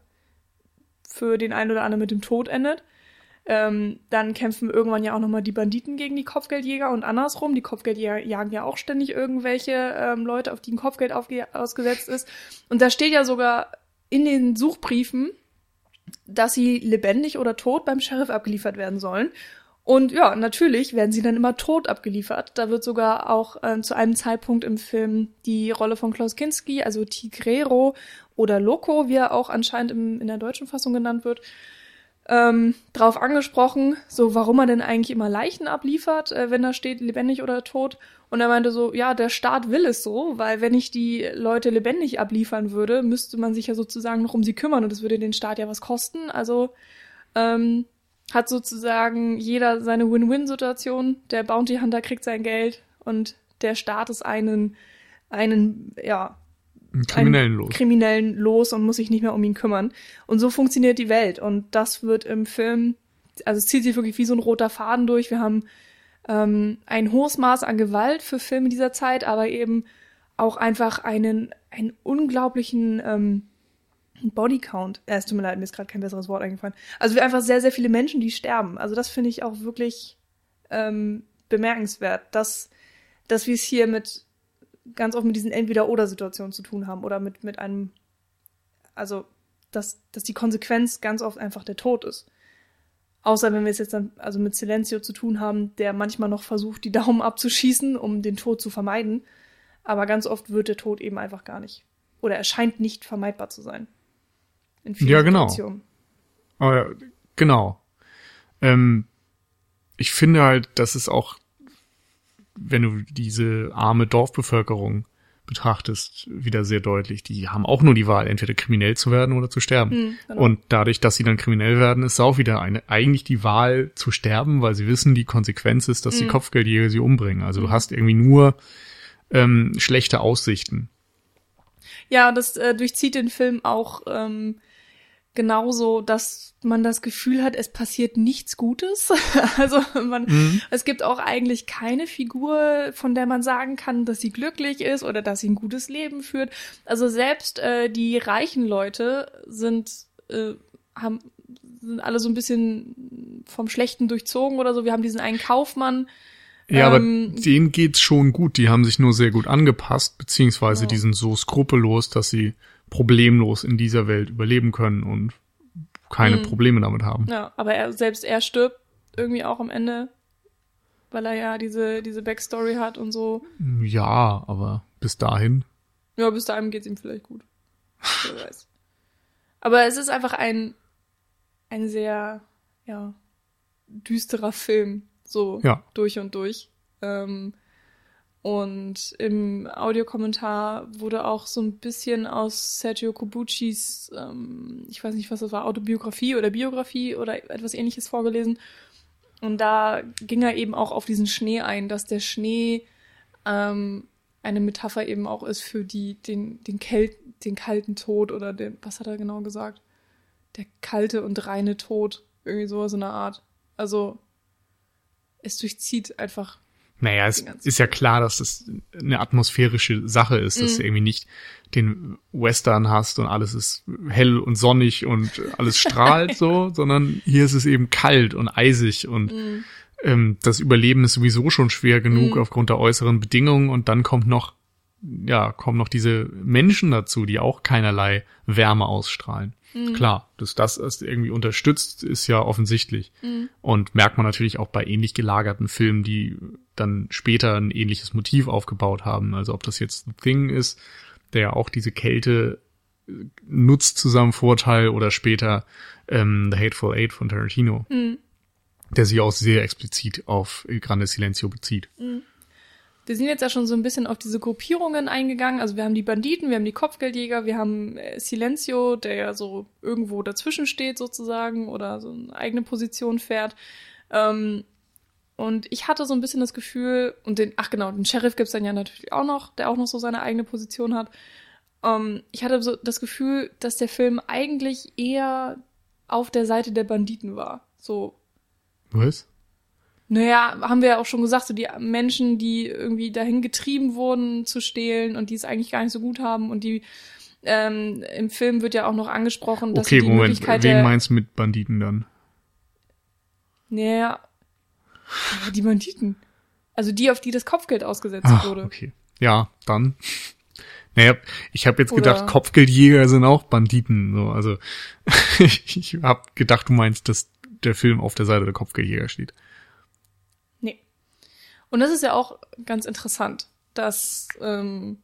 für den einen oder anderen mit dem Tod endet. Ähm, dann kämpfen irgendwann ja auch nochmal die Banditen gegen die Kopfgeldjäger und andersrum. Die Kopfgeldjäger jagen ja auch ständig irgendwelche ähm, Leute, auf die ein Kopfgeld aufge- ausgesetzt ist. Und da steht ja sogar in den Suchbriefen, dass sie lebendig oder tot beim Sheriff abgeliefert werden sollen. Und ja, natürlich werden sie dann immer tot abgeliefert. Da wird sogar auch ähm, zu einem Zeitpunkt im Film die Rolle von Klaus Kinski, also Tigrero oder Loco, wie er auch anscheinend im, in der deutschen Fassung genannt wird, ähm, drauf angesprochen, so warum er denn eigentlich immer Leichen abliefert, äh, wenn da steht lebendig oder tot. Und er meinte so, ja, der Staat will es so, weil wenn ich die Leute lebendig abliefern würde, müsste man sich ja sozusagen noch um sie kümmern und das würde den Staat ja was kosten. Also ähm, hat sozusagen jeder seine Win-Win-Situation. Der Bounty Hunter kriegt sein Geld und der Staat ist einen, einen, ja, Kriminellen los. Kriminellen los und muss sich nicht mehr um ihn kümmern. Und so funktioniert die Welt. Und das wird im Film, also es zieht sich wirklich wie so ein roter Faden durch. Wir haben ähm, ein hohes Maß an Gewalt für Filme dieser Zeit, aber eben auch einfach einen, einen unglaublichen ähm, Bodycount. Äh, es tut mir leid, mir ist gerade kein besseres Wort eingefallen. Also wir einfach sehr, sehr viele Menschen, die sterben. Also das finde ich auch wirklich ähm, bemerkenswert, dass, dass wir es hier mit ganz oft mit diesen Entweder-Oder-Situationen zu tun haben oder mit, mit einem, also, dass, dass die Konsequenz ganz oft einfach der Tod ist. Außer wenn wir es jetzt dann, also mit Silencio zu tun haben, der manchmal noch versucht, die Daumen abzuschießen, um den Tod zu vermeiden. Aber ganz oft wird der Tod eben einfach gar nicht. Oder er scheint nicht vermeidbar zu sein. In vielen ja, genau. Situationen. Aber, genau. Ähm, ich finde halt, dass es auch, wenn du diese arme Dorfbevölkerung betrachtest, wieder sehr deutlich. Die haben auch nur die Wahl, entweder kriminell zu werden oder zu sterben. Hm, genau. Und dadurch, dass sie dann kriminell werden, ist auch wieder eine, eigentlich die Wahl zu sterben, weil sie wissen, die Konsequenz ist, dass hm. die Kopfgeldjäger sie umbringen. Also hm. du hast irgendwie nur ähm, schlechte Aussichten. Ja, das äh, durchzieht den Film auch ähm, genauso, dass man das Gefühl hat, es passiert nichts Gutes. Also man, mhm. es gibt auch eigentlich keine Figur, von der man sagen kann, dass sie glücklich ist oder dass sie ein gutes Leben führt. Also selbst äh, die reichen Leute sind, äh, haben, sind alle so ein bisschen vom Schlechten durchzogen oder so. Wir haben diesen einen Kaufmann. Ja, ähm, aber denen geht's schon gut. Die haben sich nur sehr gut angepasst, beziehungsweise ja. die sind so skrupellos, dass sie problemlos in dieser Welt überleben können und keine mhm. Probleme damit haben. Ja, aber er, selbst er stirbt irgendwie auch am Ende, weil er ja diese, diese Backstory hat und so. Ja, aber bis dahin. Ja, bis dahin geht's ihm vielleicht gut. Wer weiß. Aber es ist einfach ein, ein sehr, ja, düsterer Film. So ja. durch und durch. Ähm, Und im Audiokommentar wurde auch so ein bisschen aus Sergio Corbuccis, ähm, ich weiß nicht, was das war, Autobiografie oder Biografie oder etwas Ähnliches vorgelesen. Und da ging er eben auch auf diesen Schnee ein, dass der Schnee ähm, eine Metapher eben auch ist für die den den, Kält, den kalten Tod oder den, was hat er genau gesagt? Der kalte und reine Tod. Irgendwie so, so eine Art. Also es durchzieht einfach. Naja, es ist ja klar, dass das eine atmosphärische Sache ist, dass mm. du irgendwie nicht den Western hast und alles ist hell und sonnig und alles strahlt so, sondern hier ist es eben kalt und eisig und mm. ähm, das Überleben ist sowieso schon schwer genug mm. aufgrund der äußeren Bedingungen und dann kommt noch, ja, kommen noch diese Menschen dazu, die auch keinerlei Wärme ausstrahlen. Mhm. Klar, dass das erst irgendwie unterstützt, ist ja offensichtlich. Mhm. Und merkt man natürlich auch bei ähnlich gelagerten Filmen, die dann später ein ähnliches Motiv aufgebaut haben. Also ob das jetzt The Thing ist, der ja auch diese Kälte nutzt zu seinem Vorteil, oder später ähm, The Hateful Eight von Tarantino, mhm. der sich auch sehr explizit auf Il Grande Silencio bezieht. Mhm. Wir sind jetzt ja schon so ein bisschen auf diese Gruppierungen eingegangen. Also wir haben die Banditen, wir haben die Kopfgeldjäger, wir haben Silencio, der ja so irgendwo dazwischen steht sozusagen oder so eine eigene Position fährt. Ähm, und ich hatte so ein bisschen das Gefühl, und den, ach genau, den Sheriff gibt's dann ja natürlich auch noch, der auch noch so seine eigene Position hat. Um, ich hatte so das Gefühl, dass der Film eigentlich eher auf der Seite der Banditen war. So. Was? Naja, haben wir ja auch schon gesagt, so die Menschen, die irgendwie dahin getrieben wurden zu stehlen und die es eigentlich gar nicht so gut haben und die ähm, im Film wird ja auch noch angesprochen, dass okay, die Moment, Möglichkeit wen der, meinst du mit Banditen dann? Naja, die Banditen. Also die, auf die das Kopfgeld ausgesetzt Ach, wurde. okay. Ja, dann. Naja, ich habe jetzt Oder- gedacht, Kopfgeldjäger sind auch Banditen. So, also ich habe gedacht, du meinst, dass der Film auf der Seite der Kopfgeldjäger steht. Nee. Und das ist ja auch ganz interessant, dass ähm,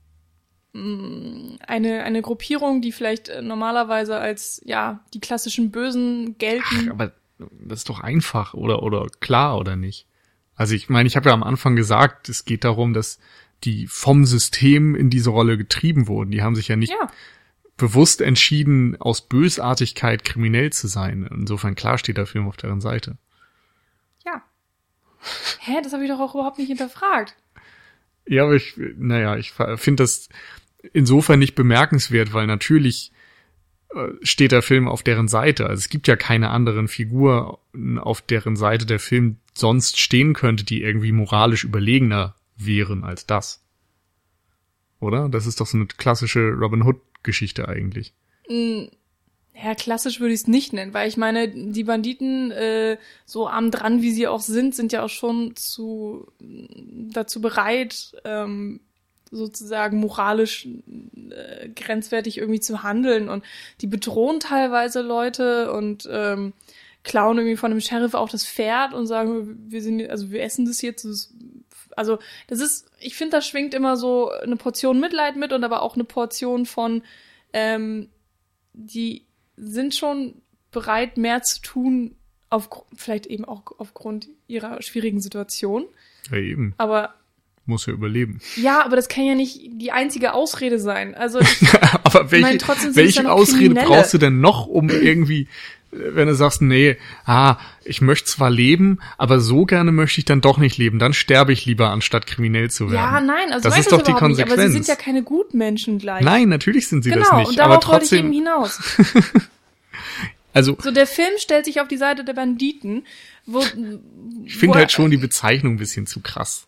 mh, eine eine Gruppierung, die vielleicht äh, normalerweise als ja die klassischen Bösen gelten. Ach, aber das ist doch einfach oder oder klar oder nicht? Also ich meine, ich habe ja am Anfang gesagt, es geht darum, dass die vom System in diese Rolle getrieben wurden. Die haben sich ja nicht Ja. bewusst entschieden, aus Bösartigkeit kriminell zu sein. Insofern klar steht der Film auf deren Seite. Ja. Hä, das habe ich doch auch überhaupt nicht hinterfragt. Ja, aber ich, naja, ich finde das insofern nicht bemerkenswert, weil natürlich äh, steht der Film auf deren Seite. Also es gibt ja keine anderen Figuren, auf deren Seite der Film sonst stehen könnte, die irgendwie moralisch überlegener wären als das. Oder? Das ist doch so eine klassische Robin Hood-Geschichte eigentlich. Ja, klassisch würde ich es nicht nennen, weil ich meine, die Banditen, äh, so arm dran, wie sie auch sind, sind ja auch schon zu dazu bereit, ähm, sozusagen moralisch äh, grenzwertig irgendwie zu handeln. Und die bedrohen teilweise Leute und ähm, klauen irgendwie von dem Sheriff auch das Pferd und sagen, wir sind, also wir essen das jetzt. Das ist, also das ist, ich finde, da schwingt immer so eine Portion Mitleid mit und aber auch eine Portion von, ähm, die sind schon bereit, mehr zu tun, auf, vielleicht eben auch aufgrund ihrer schwierigen Situation. Ja, eben. Aber Muss ja überleben. ja, aber das kann ja nicht die einzige Ausrede sein. Also ich, Aber welche, meine, trotzdem sind es ja welche noch Ausrede Kriminelle. brauchst du denn noch, um irgendwie, wenn du sagst, nee, ah, ich möchte zwar leben, aber so gerne möchte ich dann doch nicht leben, dann sterbe ich lieber, anstatt kriminell zu werden. ja, nein, also das ich ist meine doch die überhaupt nicht, aber sie Konsequenz. sind ja keine Gutmenschen gleich. Nein, natürlich sind sie genau, das nicht, und aber darauf wollte ich eben trotzdem, hinaus. also So, der Film stellt sich auf die Seite der Banditen, wo ich finde halt schon die Bezeichnung ein bisschen zu krass.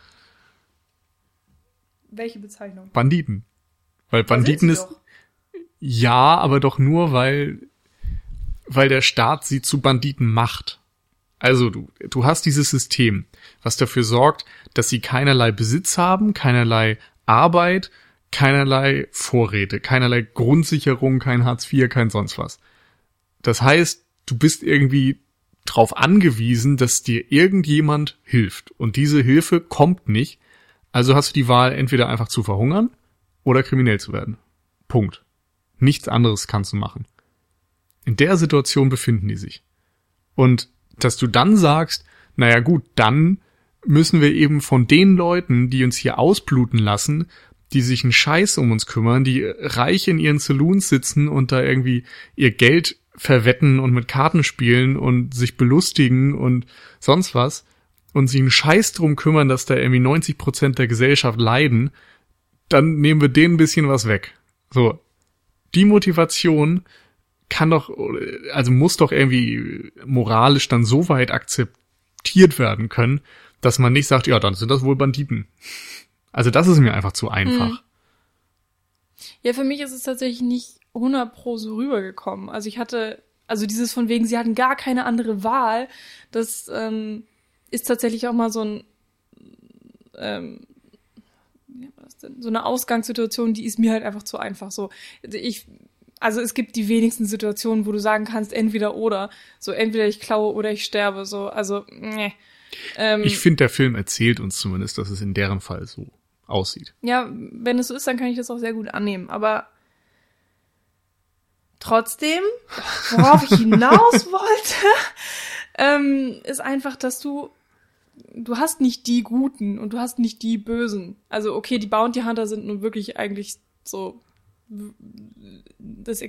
Welche Bezeichnung? Banditen. Weil Da sind Banditen sie ist, doch. ja, aber doch nur, weil, weil der Staat sie zu Banditen macht. Also du, du hast dieses System, was dafür sorgt, dass sie keinerlei Besitz haben, keinerlei Arbeit, keinerlei Vorräte, keinerlei Grundsicherung, kein Hartz vier, kein sonst was. Das heißt, du bist irgendwie drauf angewiesen, dass dir irgendjemand hilft. Und diese Hilfe kommt nicht. Also hast du die Wahl, entweder einfach zu verhungern oder kriminell zu werden. Punkt. Nichts anderes kannst du machen. In der Situation befinden die sich. Und dass du dann sagst, naja gut, dann müssen wir eben von den Leuten, die uns hier ausbluten lassen, die sich einen Scheiß um uns kümmern, die reich in ihren Saloons sitzen und da irgendwie ihr Geld verwetten und mit Karten spielen und sich belustigen und sonst was und sich einen Scheiß drum kümmern, dass da irgendwie neunzig Prozent der Gesellschaft leiden, dann nehmen wir denen ein bisschen was weg. So, die Motivation kann doch, also muss doch irgendwie moralisch dann so weit akzeptiert werden können, dass man nicht sagt, ja, dann sind das wohl Banditen. Also das ist mir einfach zu einfach. Ja, für mich ist es tatsächlich nicht hundert pro so rübergekommen. Also ich hatte, also dieses von wegen, sie hatten gar keine andere Wahl, das ähm, ist tatsächlich auch mal so ein, ähm, wie war das denn? So eine Ausgangssituation, die ist mir halt einfach zu einfach. So, ich, also es gibt die wenigsten Situationen, wo du sagen kannst, entweder oder. So, entweder ich klaue oder ich sterbe. So, also, ne. Ähm, Ich finde, der Film erzählt uns zumindest, dass es in deren Fall so aussieht. Ja, wenn es so ist, dann kann ich das auch sehr gut annehmen. Aber trotzdem, worauf ich hinaus wollte, ähm, ist einfach, dass du, du hast nicht die Guten und du hast nicht die Bösen. Also okay, die Bounty Hunter sind nun wirklich eigentlich so das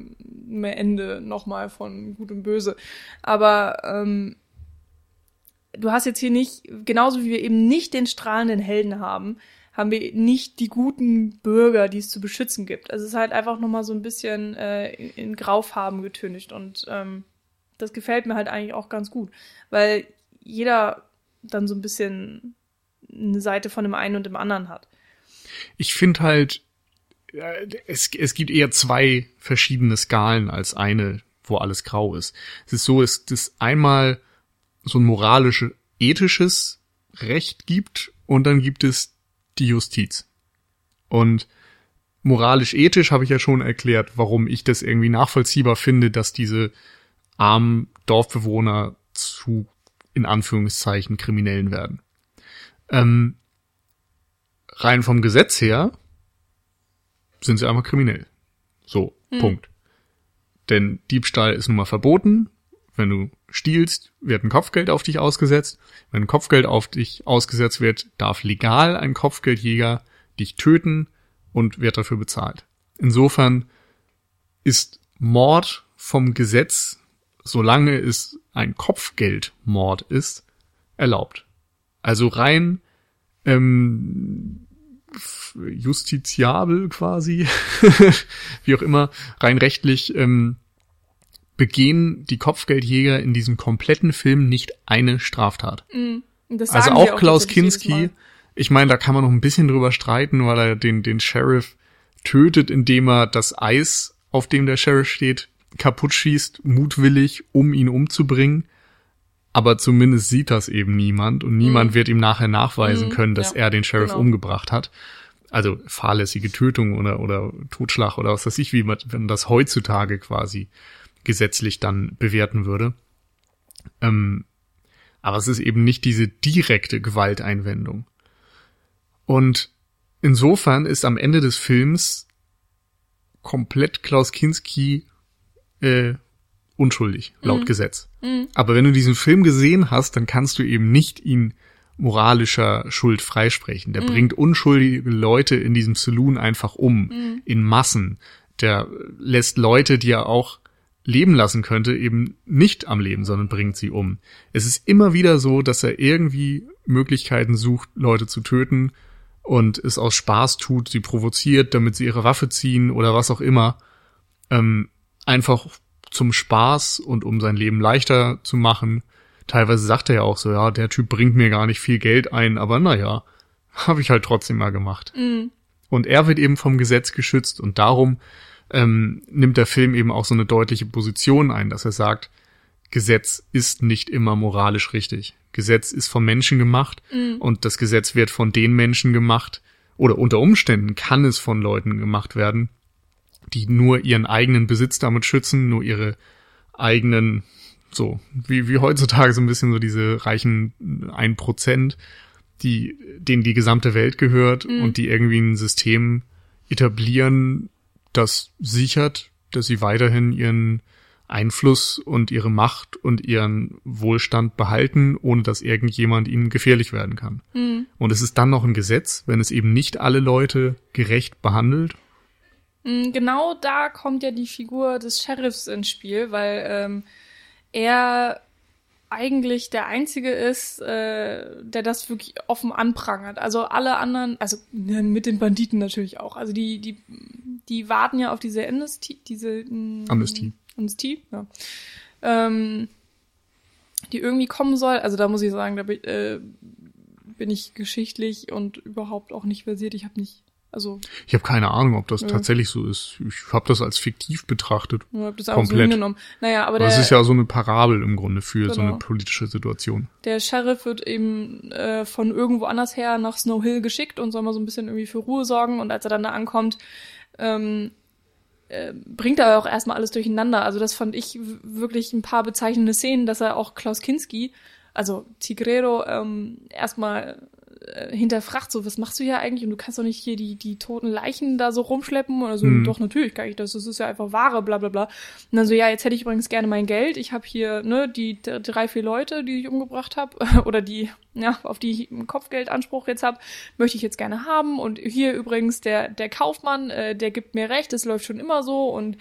extreme Ende nochmal von Gut und Böse. Aber ähm, du hast jetzt hier nicht, genauso wie wir eben nicht den strahlenden Helden haben, haben wir nicht die guten Bürger, die es zu beschützen gibt. Also es ist halt einfach nochmal so ein bisschen äh, in, in Graufarben getüncht und ähm, das gefällt mir halt eigentlich auch ganz gut, weil jeder dann so ein bisschen eine Seite von dem einen und dem anderen hat. Ich finde halt, äh, es, es gibt eher zwei verschiedene Skalen als eine, wo alles grau ist. Es ist so, dass es einmal so ein moralisch-ethisches Recht gibt und dann gibt es die Justiz. Und moralisch-ethisch habe ich ja schon erklärt, warum ich das irgendwie nachvollziehbar finde, dass diese armen Dorfbewohner zu, in Anführungszeichen, Kriminellen werden. Ähm, rein vom Gesetz her sind sie einfach kriminell. So, hm. Punkt. Denn Diebstahl ist nun mal verboten. Wenn du stiehlst, wird ein Kopfgeld auf dich ausgesetzt. Wenn ein Kopfgeld auf dich ausgesetzt wird, darf legal ein Kopfgeldjäger dich töten und wird dafür bezahlt. Insofern ist Mord vom Gesetz, solange es ein Kopfgeldmord ist, erlaubt. Also rein ähm, justiziabel quasi, wie auch immer, rein rechtlich ähm, begehen die Kopfgeldjäger in diesem kompletten Film nicht eine Straftat. Mm, das also sagen auch, sie auch Klaus Kinski, ich meine, da kann man noch ein bisschen drüber streiten, weil er den, den Sheriff tötet, indem er das Eis, auf dem der Sheriff steht, kaputt schießt, mutwillig, um ihn umzubringen. Aber zumindest sieht das eben niemand und niemand mm. wird ihm nachher nachweisen mm, können, dass ja, er den Sheriff genau. umgebracht hat. Also fahrlässige Tötung oder, oder Totschlag oder was weiß ich, wie man, wenn das heutzutage quasi gesetzlich dann bewerten würde. Ähm, aber es ist eben nicht diese direkte Gewalteinwendung. Und insofern ist am Ende des Films komplett Klaus Kinski äh, unschuldig, laut mhm. Gesetz. Mhm. Aber wenn du diesen Film gesehen hast, dann kannst du eben nicht ihn moralischer Schuld freisprechen. Der mhm. bringt unschuldige Leute in diesem Saloon einfach um, mhm. in Massen. Der lässt Leute, die er auch leben lassen könnte, eben nicht am Leben, sondern bringt sie um. Es ist immer wieder so, dass er irgendwie Möglichkeiten sucht, Leute zu töten und es aus Spaß tut, sie provoziert, damit sie ihre Waffe ziehen oder was auch immer. Ähm, einfach zum Spaß und um sein Leben leichter zu machen. Teilweise sagt er ja auch so, ja, der Typ bringt mir gar nicht viel Geld ein, aber naja, habe ich halt trotzdem mal gemacht. Mhm. Und er wird eben vom Gesetz geschützt und darum ähm, nimmt der Film eben auch so eine deutliche Position ein, dass er sagt, Gesetz ist nicht immer moralisch richtig. Gesetz ist von Menschen gemacht mhm. und das Gesetz wird von den Menschen gemacht oder unter Umständen kann es von Leuten gemacht werden, die nur ihren eigenen Besitz damit schützen, nur ihre eigenen, so wie wie heutzutage so ein bisschen so diese reichen ein Prozent, die denen die gesamte Welt gehört mhm. und die irgendwie ein System etablieren, das sichert, dass sie weiterhin ihren Einfluss und ihre Macht und ihren Wohlstand behalten, ohne dass irgendjemand ihnen gefährlich werden kann. Mhm. Und es ist dann noch ein Gesetz, wenn es eben nicht alle Leute gerecht behandelt. Genau da kommt ja die Figur des Sheriffs ins Spiel, weil ähm, er eigentlich der Einzige ist, äh, der das wirklich offen anprangert. Also alle anderen, also mit den Banditen natürlich auch. Also die die die warten ja auf diese Amnestie, diese mh, Amnestie. Amnestie, ja. Ähm, die irgendwie kommen soll. Also da muss ich sagen, da bin, äh, bin ich geschichtlich und überhaupt auch nicht versiert. Ich habe nicht Also, ich habe keine Ahnung, ob das ja. tatsächlich so ist. Ich habe das als fiktiv betrachtet. Ich habe das auch so hingenommen. Naja, aber der, das ist ja so eine Parabel im Grunde für genau. so eine politische Situation. Der Sheriff wird eben äh, von irgendwo anders her nach Snow Hill geschickt und soll mal so ein bisschen irgendwie für Ruhe sorgen. Und als er dann da ankommt, ähm, äh, bringt er auch erstmal alles durcheinander. Also das fand ich w- wirklich ein paar bezeichnende Szenen, dass er auch Klaus Kinski, also Tigrero, ähm, erstmal hinterfragt, so, was machst du hier eigentlich? Und du kannst doch nicht hier die die toten Leichen da so rumschleppen oder so. Mhm. Doch, natürlich kann ich das. Das ist ja einfach Ware, bla bla bla. Und dann so, ja, jetzt hätte ich übrigens gerne mein Geld. Ich habe hier, ne, die d- drei, vier Leute, die ich umgebracht habe oder die, ja, auf die ich einen Kopfgeldanspruch jetzt habe, möchte ich jetzt gerne haben. Und hier übrigens der der Kaufmann, äh, der gibt mir recht, das läuft schon immer so und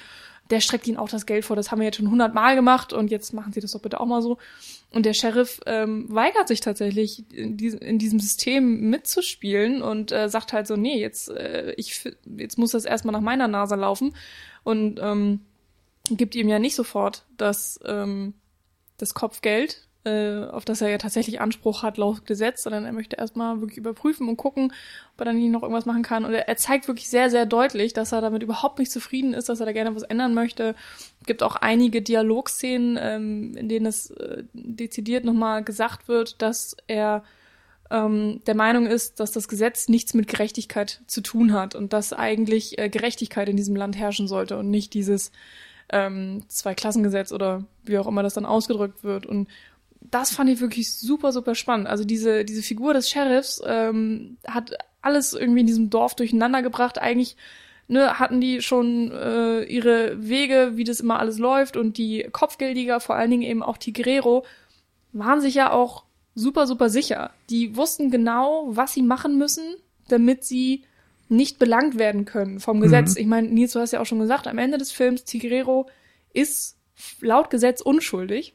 der streckt ihnen auch das Geld vor, das haben wir jetzt schon hundertmal gemacht und jetzt machen sie das doch bitte auch mal so. Und der Sheriff ähm, weigert sich tatsächlich, in diesem, in diesem System mitzuspielen und äh, sagt halt so, nee, jetzt, äh, ich, jetzt muss das erstmal nach meiner Nase laufen und ähm, gibt ihm ja nicht sofort das, ähm, das Kopfgeld, äh, auf das er ja tatsächlich Anspruch hat laut Gesetz, sondern er möchte erstmal wirklich überprüfen und gucken, ob er dann nicht noch irgendwas machen kann. Und er, er zeigt wirklich sehr, sehr deutlich, dass er damit überhaupt nicht zufrieden ist, dass er da gerne was ändern möchte. Es gibt auch einige Dialogszenen, ähm, in denen es äh, dezidiert nochmal gesagt wird, dass er ähm, der Meinung ist, dass das Gesetz nichts mit Gerechtigkeit zu tun hat und dass eigentlich äh, Gerechtigkeit in diesem Land herrschen sollte und nicht dieses ähm, Zweiklassengesetz oder wie auch immer das dann ausgedrückt wird. Und das fand ich wirklich super, super spannend. Also diese diese Figur des Sheriffs ähm, hat alles irgendwie in diesem Dorf durcheinander gebracht. Eigentlich ne, hatten die schon äh, ihre Wege, wie das immer alles läuft. Und die Kopfgeldjäger, vor allen Dingen eben auch Tigrero, waren sich ja auch super, super sicher. Die wussten genau, was sie machen müssen, damit sie nicht belangt werden können vom Gesetz. Mhm. Ich meine, Nils, du hast ja auch schon gesagt, am Ende des Films, Tigrero ist laut Gesetz unschuldig.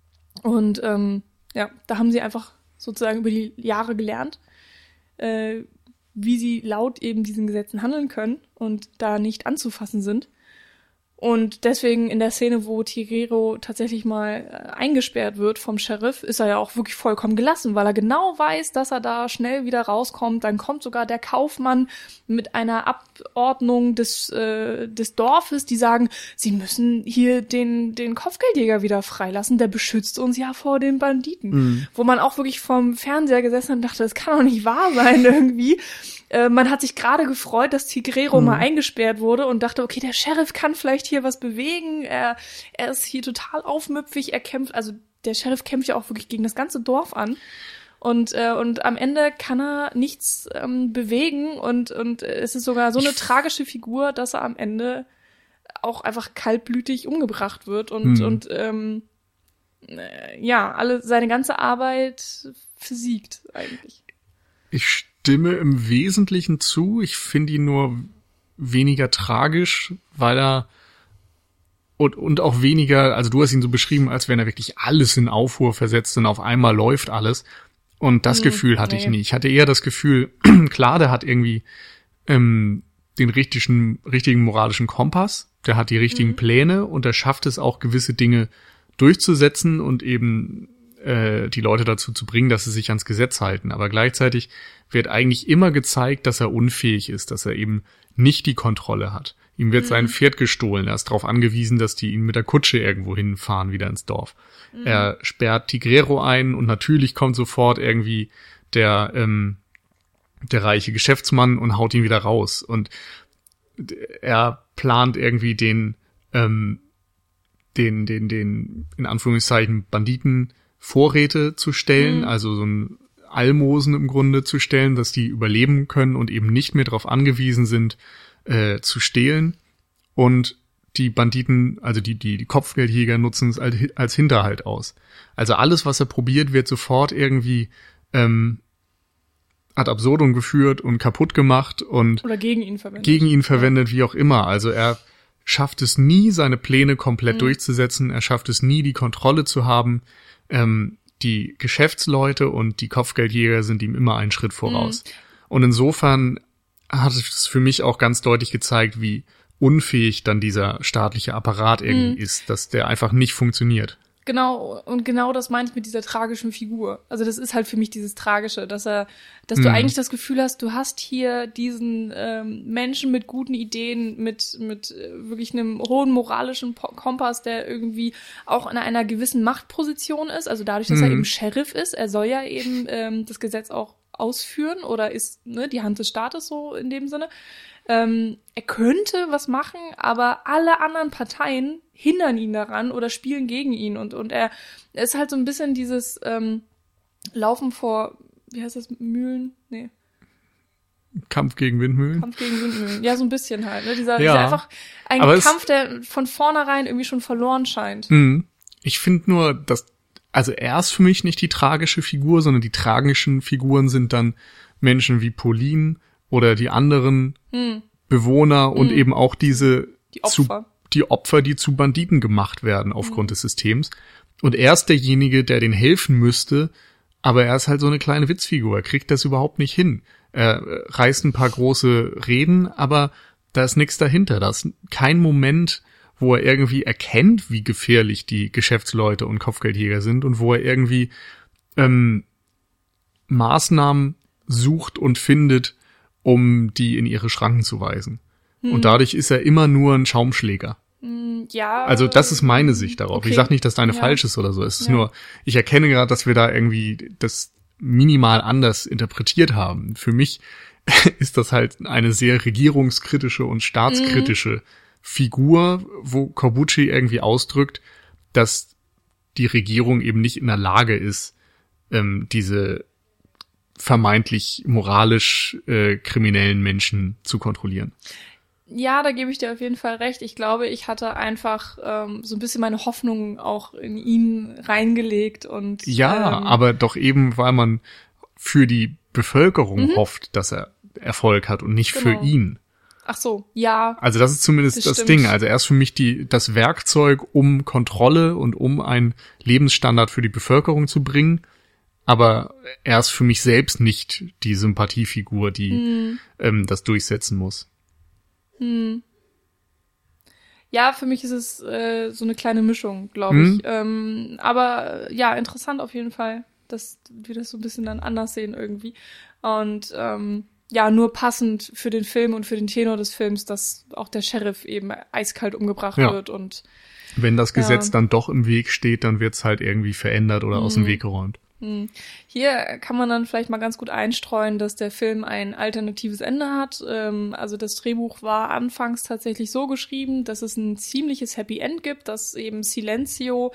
Und ähm, ja, da haben sie einfach sozusagen über die Jahre gelernt, äh, wie sie laut eben diesen Gesetzen handeln können und da nicht anzufassen sind. Und deswegen in der Szene, wo Tigrero tatsächlich mal äh, eingesperrt wird vom Sheriff, ist er ja auch wirklich vollkommen gelassen, weil er genau weiß, dass er da schnell wieder rauskommt. Dann kommt sogar der Kaufmann mit einer Abordnung des äh, des Dorfes, die sagen, sie müssen hier den den Kopfgeldjäger wieder freilassen, der beschützt uns ja vor den Banditen. Mhm. Wo man auch wirklich vom Fernseher gesessen hat und dachte, das kann doch nicht wahr sein irgendwie. Äh, man hat sich gerade gefreut, dass Tigrero mhm. mal eingesperrt wurde und dachte, okay, der Sheriff kann vielleicht hier was bewegen. Er, er ist hier total aufmüpfig. Er kämpft, also der Sheriff kämpft ja auch wirklich gegen das ganze Dorf an. Und äh, und am Ende kann er nichts ähm, bewegen und und es ist sogar so eine tragische Figur, dass er am Ende auch einfach kaltblütig umgebracht wird und mhm. und ähm, äh, ja, alle seine ganze Arbeit versiegt eigentlich. Ich stimme im Wesentlichen zu. Ich finde ihn nur weniger tragisch, weil er und und auch weniger, also du hast ihn so beschrieben, als wenn er wirklich alles in Aufruhr versetzt und auf einmal läuft alles. Und das hm, Gefühl hatte nee. ich nie. Ich hatte eher das Gefühl, klar, der hat irgendwie ähm, den richtigen richtigen moralischen Kompass, der hat die richtigen mhm. Pläne und er schafft es auch, gewisse Dinge durchzusetzen und eben äh, die Leute dazu zu bringen, dass sie sich ans Gesetz halten. Aber gleichzeitig wird eigentlich immer gezeigt, dass er unfähig ist, dass er eben nicht die Kontrolle hat. Ihm wird mhm. sein Pferd gestohlen. Er ist darauf angewiesen, dass die ihn mit der Kutsche irgendwo hinfahren, wieder ins Dorf. Mhm. Er sperrt Tigrero ein und natürlich kommt sofort irgendwie der ähm, der reiche Geschäftsmann und haut ihn wieder raus. Und er plant irgendwie den ähm, den den den in Anführungszeichen Banditen Vorräte zu stellen, mhm. also so ein Almosen im Grunde zu stellen, dass die überleben können und eben nicht mehr darauf angewiesen sind, äh, zu stehlen. Und die Banditen, also die, die, die Kopfgeldjäger nutzen es als, als Hinterhalt aus. Also alles, was er probiert, wird sofort irgendwie ähm, ad absurdum geführt und kaputt gemacht und oder gegen ihn verwendet. Gegen ihn verwendet, ja. Wie auch immer. Also er schafft es nie, seine Pläne komplett mhm. durchzusetzen. Er schafft es nie, die Kontrolle zu haben. Ähm, die Geschäftsleute und die Kopfgeldjäger sind ihm immer einen Schritt voraus. Mhm. Und insofern hat es für mich auch ganz deutlich gezeigt, wie unfähig dann dieser staatliche Apparat irgendwie mhm. ist, dass der einfach nicht funktioniert. Genau, und genau das meine ich mit dieser tragischen Figur. Also das ist halt für mich dieses Tragische, dass er, dass mhm. du eigentlich das Gefühl hast, du hast hier diesen ähm, Menschen mit guten Ideen, mit mit äh, wirklich einem hohen moralischen po- Kompass, der irgendwie auch in einer gewissen Machtposition ist. Also dadurch, dass mhm. er eben Sheriff ist, er soll ja eben ähm, das Gesetz auch ausführen oder ist ne, die Hand des Staates so in dem Sinne. Ähm, er könnte was machen, aber alle anderen Parteien hindern ihn daran oder spielen gegen ihn und und er, er ist halt so ein bisschen dieses ähm, Laufen vor, wie heißt das, Mühlen? Nee. Kampf gegen Windmühlen? Kampf gegen Windmühlen. Ja, so ein bisschen halt. Ne? Dieser, ja. dieser einfach ein aber Kampf, der von vornherein irgendwie schon verloren scheint. Mh. Ich finde nur, dass also er ist für mich nicht die tragische Figur, sondern die tragischen Figuren sind dann Menschen wie Pauline oder die anderen hm. Bewohner und hm. eben auch diese die Opfer. Zu, die Opfer, die zu Banditen gemacht werden aufgrund mhm. des Systems. Und er ist derjenige, der denen helfen müsste, aber er ist halt so eine kleine Witzfigur. Er kriegt das überhaupt nicht hin. Er reißt ein paar große Reden, aber da ist nichts dahinter. Da ist kein Moment, wo er irgendwie erkennt, wie gefährlich die Geschäftsleute und Kopfgeldjäger sind und wo er irgendwie ähm, Maßnahmen sucht und findet, um die in ihre Schranken zu weisen. Hm. Und dadurch ist er immer nur ein Schaumschläger. Ja. Also das ist meine Sicht darauf. Okay. Ich sag nicht, dass deine ja. falsch ist oder so. Es ist ja. nur, ich erkenne gerade, dass wir da irgendwie das minimal anders interpretiert haben. Für mich ist das halt eine sehr regierungskritische und staatskritische mhm. Figur, wo Corbucci irgendwie ausdrückt, dass die Regierung eben nicht in der Lage ist, ähm, diese vermeintlich moralisch äh, kriminellen Menschen zu kontrollieren. Ja, da gebe ich dir auf jeden Fall recht. Ich glaube, ich hatte einfach ähm, so ein bisschen meine Hoffnung auch in ihn reingelegt und ja, ähm, aber doch eben, weil man für die Bevölkerung mhm. hofft, dass er Erfolg hat und nicht genau. für ihn. Ach so, ja. Also das ist zumindest das, das Ding. Also er ist für mich die das Werkzeug, um Kontrolle und um einen Lebensstandard für die Bevölkerung zu bringen. Aber er ist für mich selbst nicht die Sympathiefigur, die mhm. ähm, das durchsetzen muss. Hm. Ja, für mich ist es äh, so eine kleine Mischung, glaube hm. ich. Ähm, aber ja, interessant auf jeden Fall, dass wir das so ein bisschen dann anders sehen irgendwie. Und ähm, ja, nur passend für den Film und für den Tenor des Films, dass auch der Sheriff eben eiskalt umgebracht ja. wird. Und wenn das Gesetz ja. dann doch im Weg steht, dann wird's halt irgendwie verändert oder hm. aus dem Weg geräumt. Hier kann man dann vielleicht mal ganz gut einstreuen, dass der Film ein alternatives Ende hat. Also das Drehbuch war anfangs tatsächlich so geschrieben, dass es ein ziemliches Happy End gibt, dass eben Silencio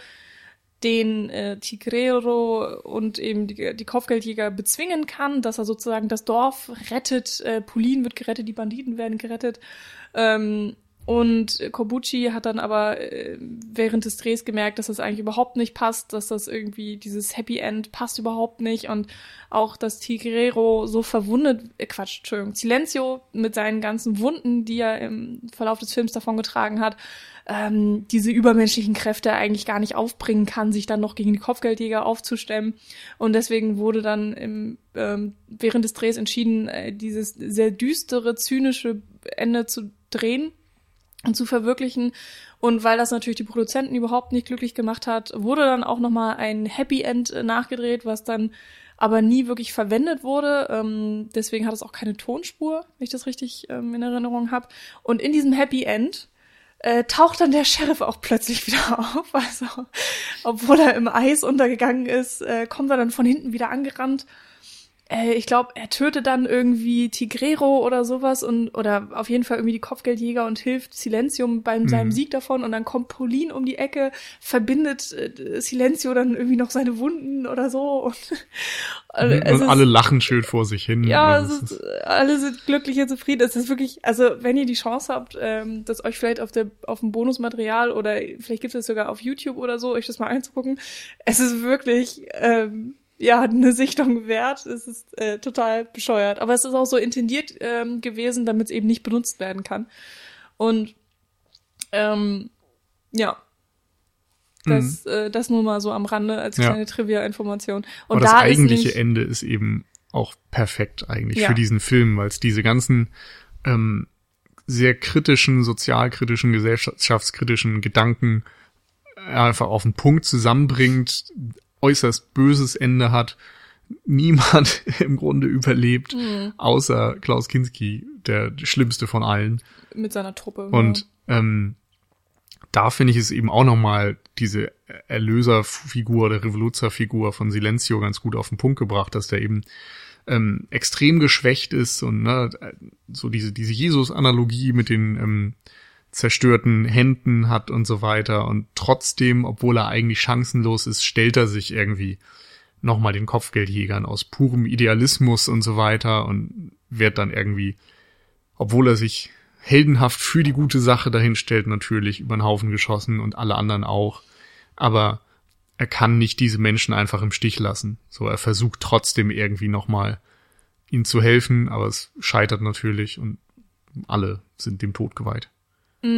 den äh, Tigrero und eben die, die Kopfgeldjäger bezwingen kann, dass er sozusagen das Dorf rettet, äh, Pauline wird gerettet, die Banditen werden gerettet. Ähm, Und Corbucci hat dann aber äh, während des Drehs gemerkt, dass das eigentlich überhaupt nicht passt, dass das irgendwie, dieses Happy End passt überhaupt nicht und auch, dass Tigrero so verwundet, äh, Quatsch, Entschuldigung, Silencio mit seinen ganzen Wunden, die er im Verlauf des Films davongetragen hat, ähm, diese übermenschlichen Kräfte eigentlich gar nicht aufbringen kann, sich dann noch gegen die Kopfgeldjäger aufzustemmen. Und deswegen wurde dann im, ähm, während des Drehs entschieden, äh, dieses sehr düstere, zynische Ende zu drehen und zu verwirklichen. Und weil das natürlich die Produzenten überhaupt nicht glücklich gemacht hat, wurde dann auch nochmal ein Happy End nachgedreht, was dann aber nie wirklich verwendet wurde. Ähm, deswegen hat es auch keine Tonspur, wenn ich das richtig ähm, in Erinnerung habe. Und in diesem Happy End äh, taucht dann der Sheriff auch plötzlich wieder auf. Also, obwohl er im Eis untergegangen ist, äh, kommt er dann von hinten wieder angerannt. Ich glaube, er tötet dann irgendwie Tigrero oder sowas und oder auf jeden Fall irgendwie die Kopfgeldjäger und hilft Silencio beim mhm. seinem Sieg davon und dann kommt Pauline um die Ecke, verbindet äh, Silencio dann irgendwie noch seine Wunden oder so und, mhm. und alle ist, lachen schön vor sich hin. Ja, es ist, alle sind glücklich und zufrieden. Es ist wirklich, also wenn ihr die Chance habt, ähm, das euch vielleicht auf der auf dem Bonusmaterial oder vielleicht gibt es sogar auf YouTube oder so, euch das mal anzugucken. Es ist wirklich ähm, ja, eine Sichtung wert. Es ist äh, total bescheuert. Aber es ist auch so intendiert ähm, gewesen, damit es eben nicht benutzt werden kann. Und ähm, ja, das, mhm. äh, das nur mal so am Rande als kleine ja. Trivia-Information. Und Aber das da eigentliche ist nicht, Ende ist eben auch perfekt eigentlich ja. für diesen Film, weil es diese ganzen ähm, sehr kritischen, sozialkritischen, gesellschaftskritischen Gedanken einfach auf den Punkt zusammenbringt, äußerst böses Ende hat, niemand im Grunde überlebt, mhm. außer Klaus Kinski, der schlimmste von allen. Mit seiner Truppe. Und ja. ähm, da finde ich es eben auch nochmal diese Erlöserfigur, der Revoluzerfigur von Silencio ganz gut auf den Punkt gebracht, dass der eben ähm, extrem geschwächt ist und ne, so diese diese Jesus-Analogie mit den ähm, zerstörten Händen hat und so weiter und trotzdem, obwohl er eigentlich chancenlos ist, stellt er sich irgendwie nochmal den Kopfgeldjägern aus purem Idealismus und so weiter und wird dann irgendwie, obwohl er sich heldenhaft für die gute Sache dahinstellt, natürlich über den Haufen geschossen und alle anderen auch, aber er kann nicht diese Menschen einfach im Stich lassen. So, er versucht trotzdem irgendwie nochmal ihnen zu helfen, aber es scheitert natürlich und alle sind dem Tod geweiht. Mhm,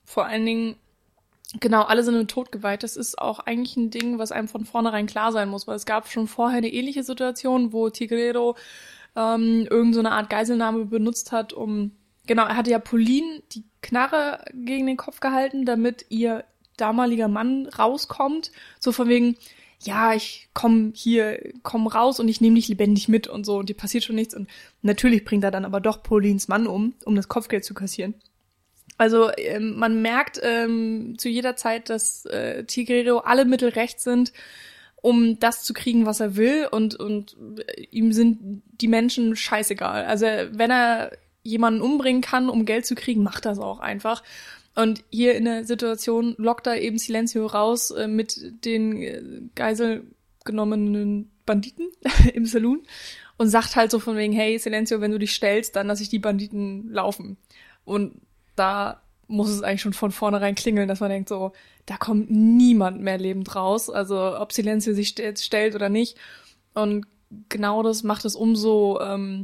Vor allen Dingen, genau, alle sind in den Tod geweiht. Das ist auch eigentlich ein Ding, was einem von vornherein klar sein muss, weil es gab schon vorher eine ähnliche Situation, wo Tigreiro ähm, irgend so eine Art Geiselnahme benutzt hat, um, genau, er hatte ja Pauline die Knarre gegen den Kopf gehalten, damit ihr damaliger Mann rauskommt, so von wegen, ja, ich komm hier, komm raus und ich nehme dich lebendig mit und so und dir passiert schon nichts und natürlich bringt er dann aber doch Paulines Mann um, um das Kopfgeld zu kassieren. Also ähm, man merkt ähm, zu jeder Zeit, dass äh, Tigreiro alle Mittel recht sind, um das zu kriegen, was er will und und äh, ihm sind die Menschen scheißegal. Also wenn er jemanden umbringen kann, um Geld zu kriegen, macht das auch einfach. Und hier in der Situation lockt er eben Silencio raus äh, mit den äh, geiselgenommenen Banditen im Saloon und sagt halt so von wegen, hey Silencio, wenn du dich stellst, dann lass ich die Banditen laufen. Und da muss es eigentlich schon von vornherein klingeln, dass man denkt so, da kommt niemand mehr lebend raus, also ob Silencio sich jetzt stellt oder nicht. Und genau das macht es umso ähm,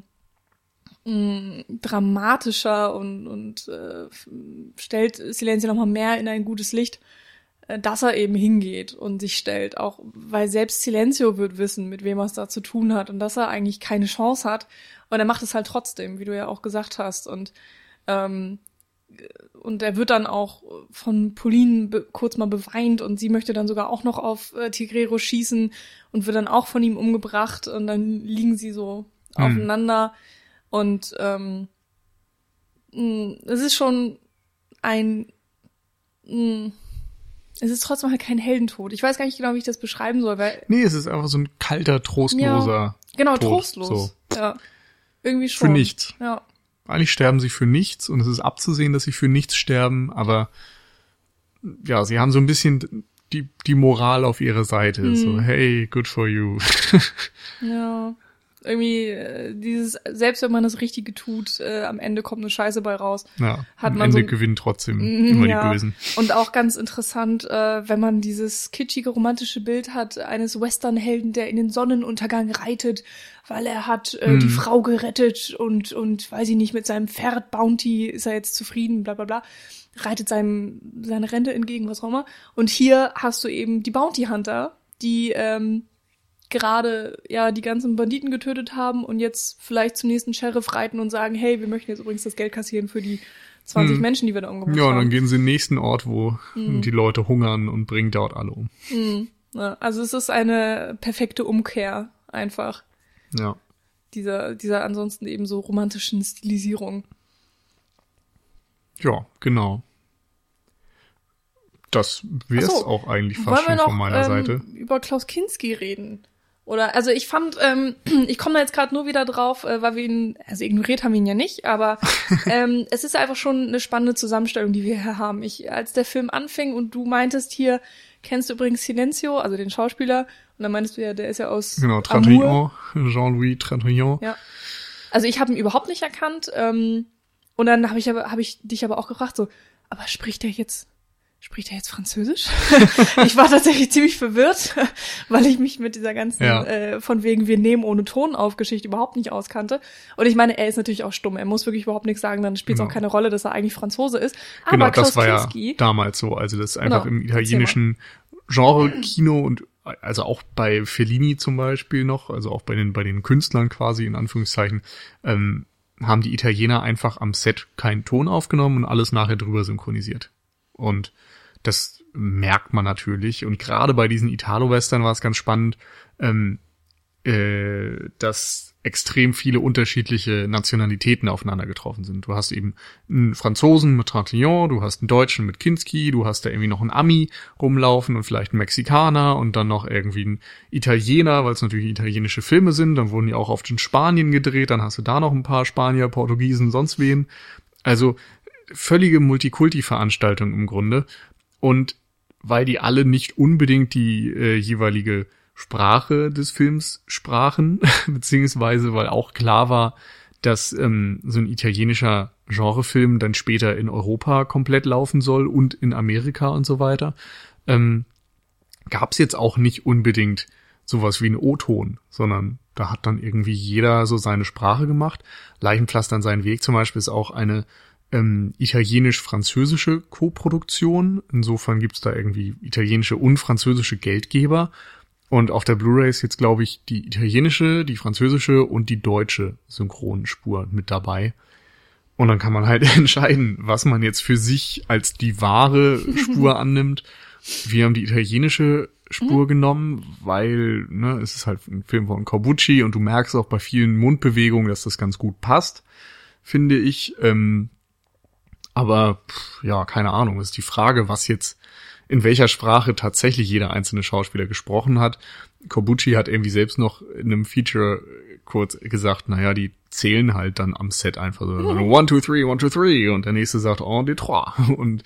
mh, dramatischer und, und äh, stellt Silencio nochmal mehr in ein gutes Licht, äh, dass er eben hingeht und sich stellt, auch weil selbst Silencio wird wissen, mit wem er es da zu tun hat und dass er eigentlich keine Chance hat. Und er macht es halt trotzdem, wie du ja auch gesagt hast. Und ähm, Und er wird dann auch von Pauline be- kurz mal beweint und sie möchte dann sogar auch noch auf äh, Tigreiro schießen und wird dann auch von ihm umgebracht und dann liegen sie so mhm. aufeinander und ähm, mh, es ist schon ein mh, es ist trotzdem halt kein Heldentod. Ich weiß gar nicht genau, wie ich das beschreiben soll, weil nee, es ist einfach so ein kalter, trostloser ja, genau, Tod, trostlos. So. Ja, irgendwie schon. Für nichts. Ja. Eigentlich sterben sie für nichts und es ist abzusehen, dass sie für nichts sterben, aber ja, sie haben so ein bisschen die die Moral auf ihrer Seite. Mhm. So, hey, good for you. Ja, irgendwie äh, dieses, selbst wenn man das Richtige tut, äh, am Ende kommt eine Scheiße bei raus. Ja, hat am man Ende so, gewinnen trotzdem immer ja, die Bösen. Und auch ganz interessant, äh, wenn man dieses kitschige, romantische Bild hat, eines Westernhelden, der in den Sonnenuntergang reitet, weil er hat äh, hm. die Frau gerettet und, und weiß ich nicht, mit seinem Pferd Bounty ist er jetzt zufrieden, bla bla bla, reitet seinem seine Rente entgegen, was auch immer. Und hier hast du eben die Bounty Hunter, die ähm, gerade ja die ganzen Banditen getötet haben und jetzt vielleicht zum nächsten Sheriff reiten und sagen, hey, wir möchten jetzt übrigens das Geld kassieren für die zwanzig hm. Menschen, die wir da umgebracht ja, haben. Ja, und dann gehen sie in den nächsten Ort, wo hm. die Leute hungern und bringen dort alle um. Hm. Ja, also es ist eine perfekte Umkehr einfach. Ja. Dieser, dieser ansonsten eben so romantischen Stilisierung. Ja, genau. Das wäre es so, auch eigentlich fast schon noch, von meiner ähm, Seite. Über Klaus Kinski reden. Oder, also ich fand, ähm, ich komme da jetzt gerade nur wieder drauf, äh, weil wir ihn, also ignoriert haben wir ihn ja nicht, aber ähm, es ist einfach schon eine spannende Zusammenstellung, die wir hier haben. Ich, als der Film anfing und du meintest hier, kennst du übrigens Silencio, also den Schauspieler, und dann meintest du ja, der ist ja aus Genau, Trintignant, Jean-Louis Trintignant. Ja. Also ich habe ihn überhaupt nicht erkannt, ähm, und dann habe ich aber, habe ich dich aber auch gefragt, so, aber spricht der jetzt Spricht er jetzt Französisch? Ich war tatsächlich ziemlich verwirrt, weil ich mich mit dieser ganzen, ja. äh, von wegen wir nehmen ohne Ton auf Geschichte überhaupt nicht auskannte. Und ich meine, er ist natürlich auch stumm. Er muss wirklich überhaupt nichts sagen, dann spielt es genau. auch keine Rolle, dass er eigentlich Franzose ist. Aber genau, Klaus das war Kinski, ja damals so. Also das ist einfach genau, im italienischen Genre-Kino und also auch bei Fellini zum Beispiel noch, also auch bei den bei den Künstlern quasi in Anführungszeichen, ähm, haben die Italiener einfach am Set keinen Ton aufgenommen und alles nachher drüber synchronisiert. Und das merkt man natürlich. Und gerade bei diesen Italo-Western war es ganz spannend, ähm, äh, dass extrem viele unterschiedliche Nationalitäten aufeinander getroffen sind. Du hast eben einen Franzosen mit Trintignant, du hast einen Deutschen mit Kinski, du hast da irgendwie noch einen Ami rumlaufen und vielleicht einen Mexikaner und dann noch irgendwie einen Italiener, weil es natürlich italienische Filme sind. Dann wurden die auch oft in Spanien gedreht, dann hast du da noch ein paar Spanier, Portugiesen, sonst wen. Also völlige Multikulti-Veranstaltung im Grunde. Und weil die alle nicht unbedingt die äh, jeweilige Sprache des Films sprachen, beziehungsweise weil auch klar war, dass ähm, so ein italienischer Genrefilm dann später in Europa komplett laufen soll und in Amerika und so weiter, ähm, gab es jetzt auch nicht unbedingt sowas wie einen O-Ton, sondern da hat dann irgendwie jeder so seine Sprache gemacht. Leichenpflastern seinen Weg zum Beispiel ist auch eine ähm, italienisch-französische Koproduktion. Insofern gibt's da irgendwie italienische und französische Geldgeber. Und auf der Blu-ray ist jetzt, glaube ich, die italienische, die französische und die deutsche Synchronspur mit dabei. Und dann kann man halt entscheiden, was man jetzt für sich als die wahre Spur annimmt. Wir haben die italienische Spur mhm. genommen, weil ne, es ist halt ein Film von Corbucci und du merkst auch bei vielen Mundbewegungen, dass das ganz gut passt, finde ich. Ähm, aber pff, ja, keine Ahnung, ist die Frage, was jetzt in welcher Sprache tatsächlich jeder einzelne Schauspieler gesprochen hat. Corbucci hat irgendwie selbst noch in einem Feature kurz gesagt, naja, die zählen halt dann am Set einfach so, mhm. one, two, three, one, two, three und der nächste sagt, en deux, trois und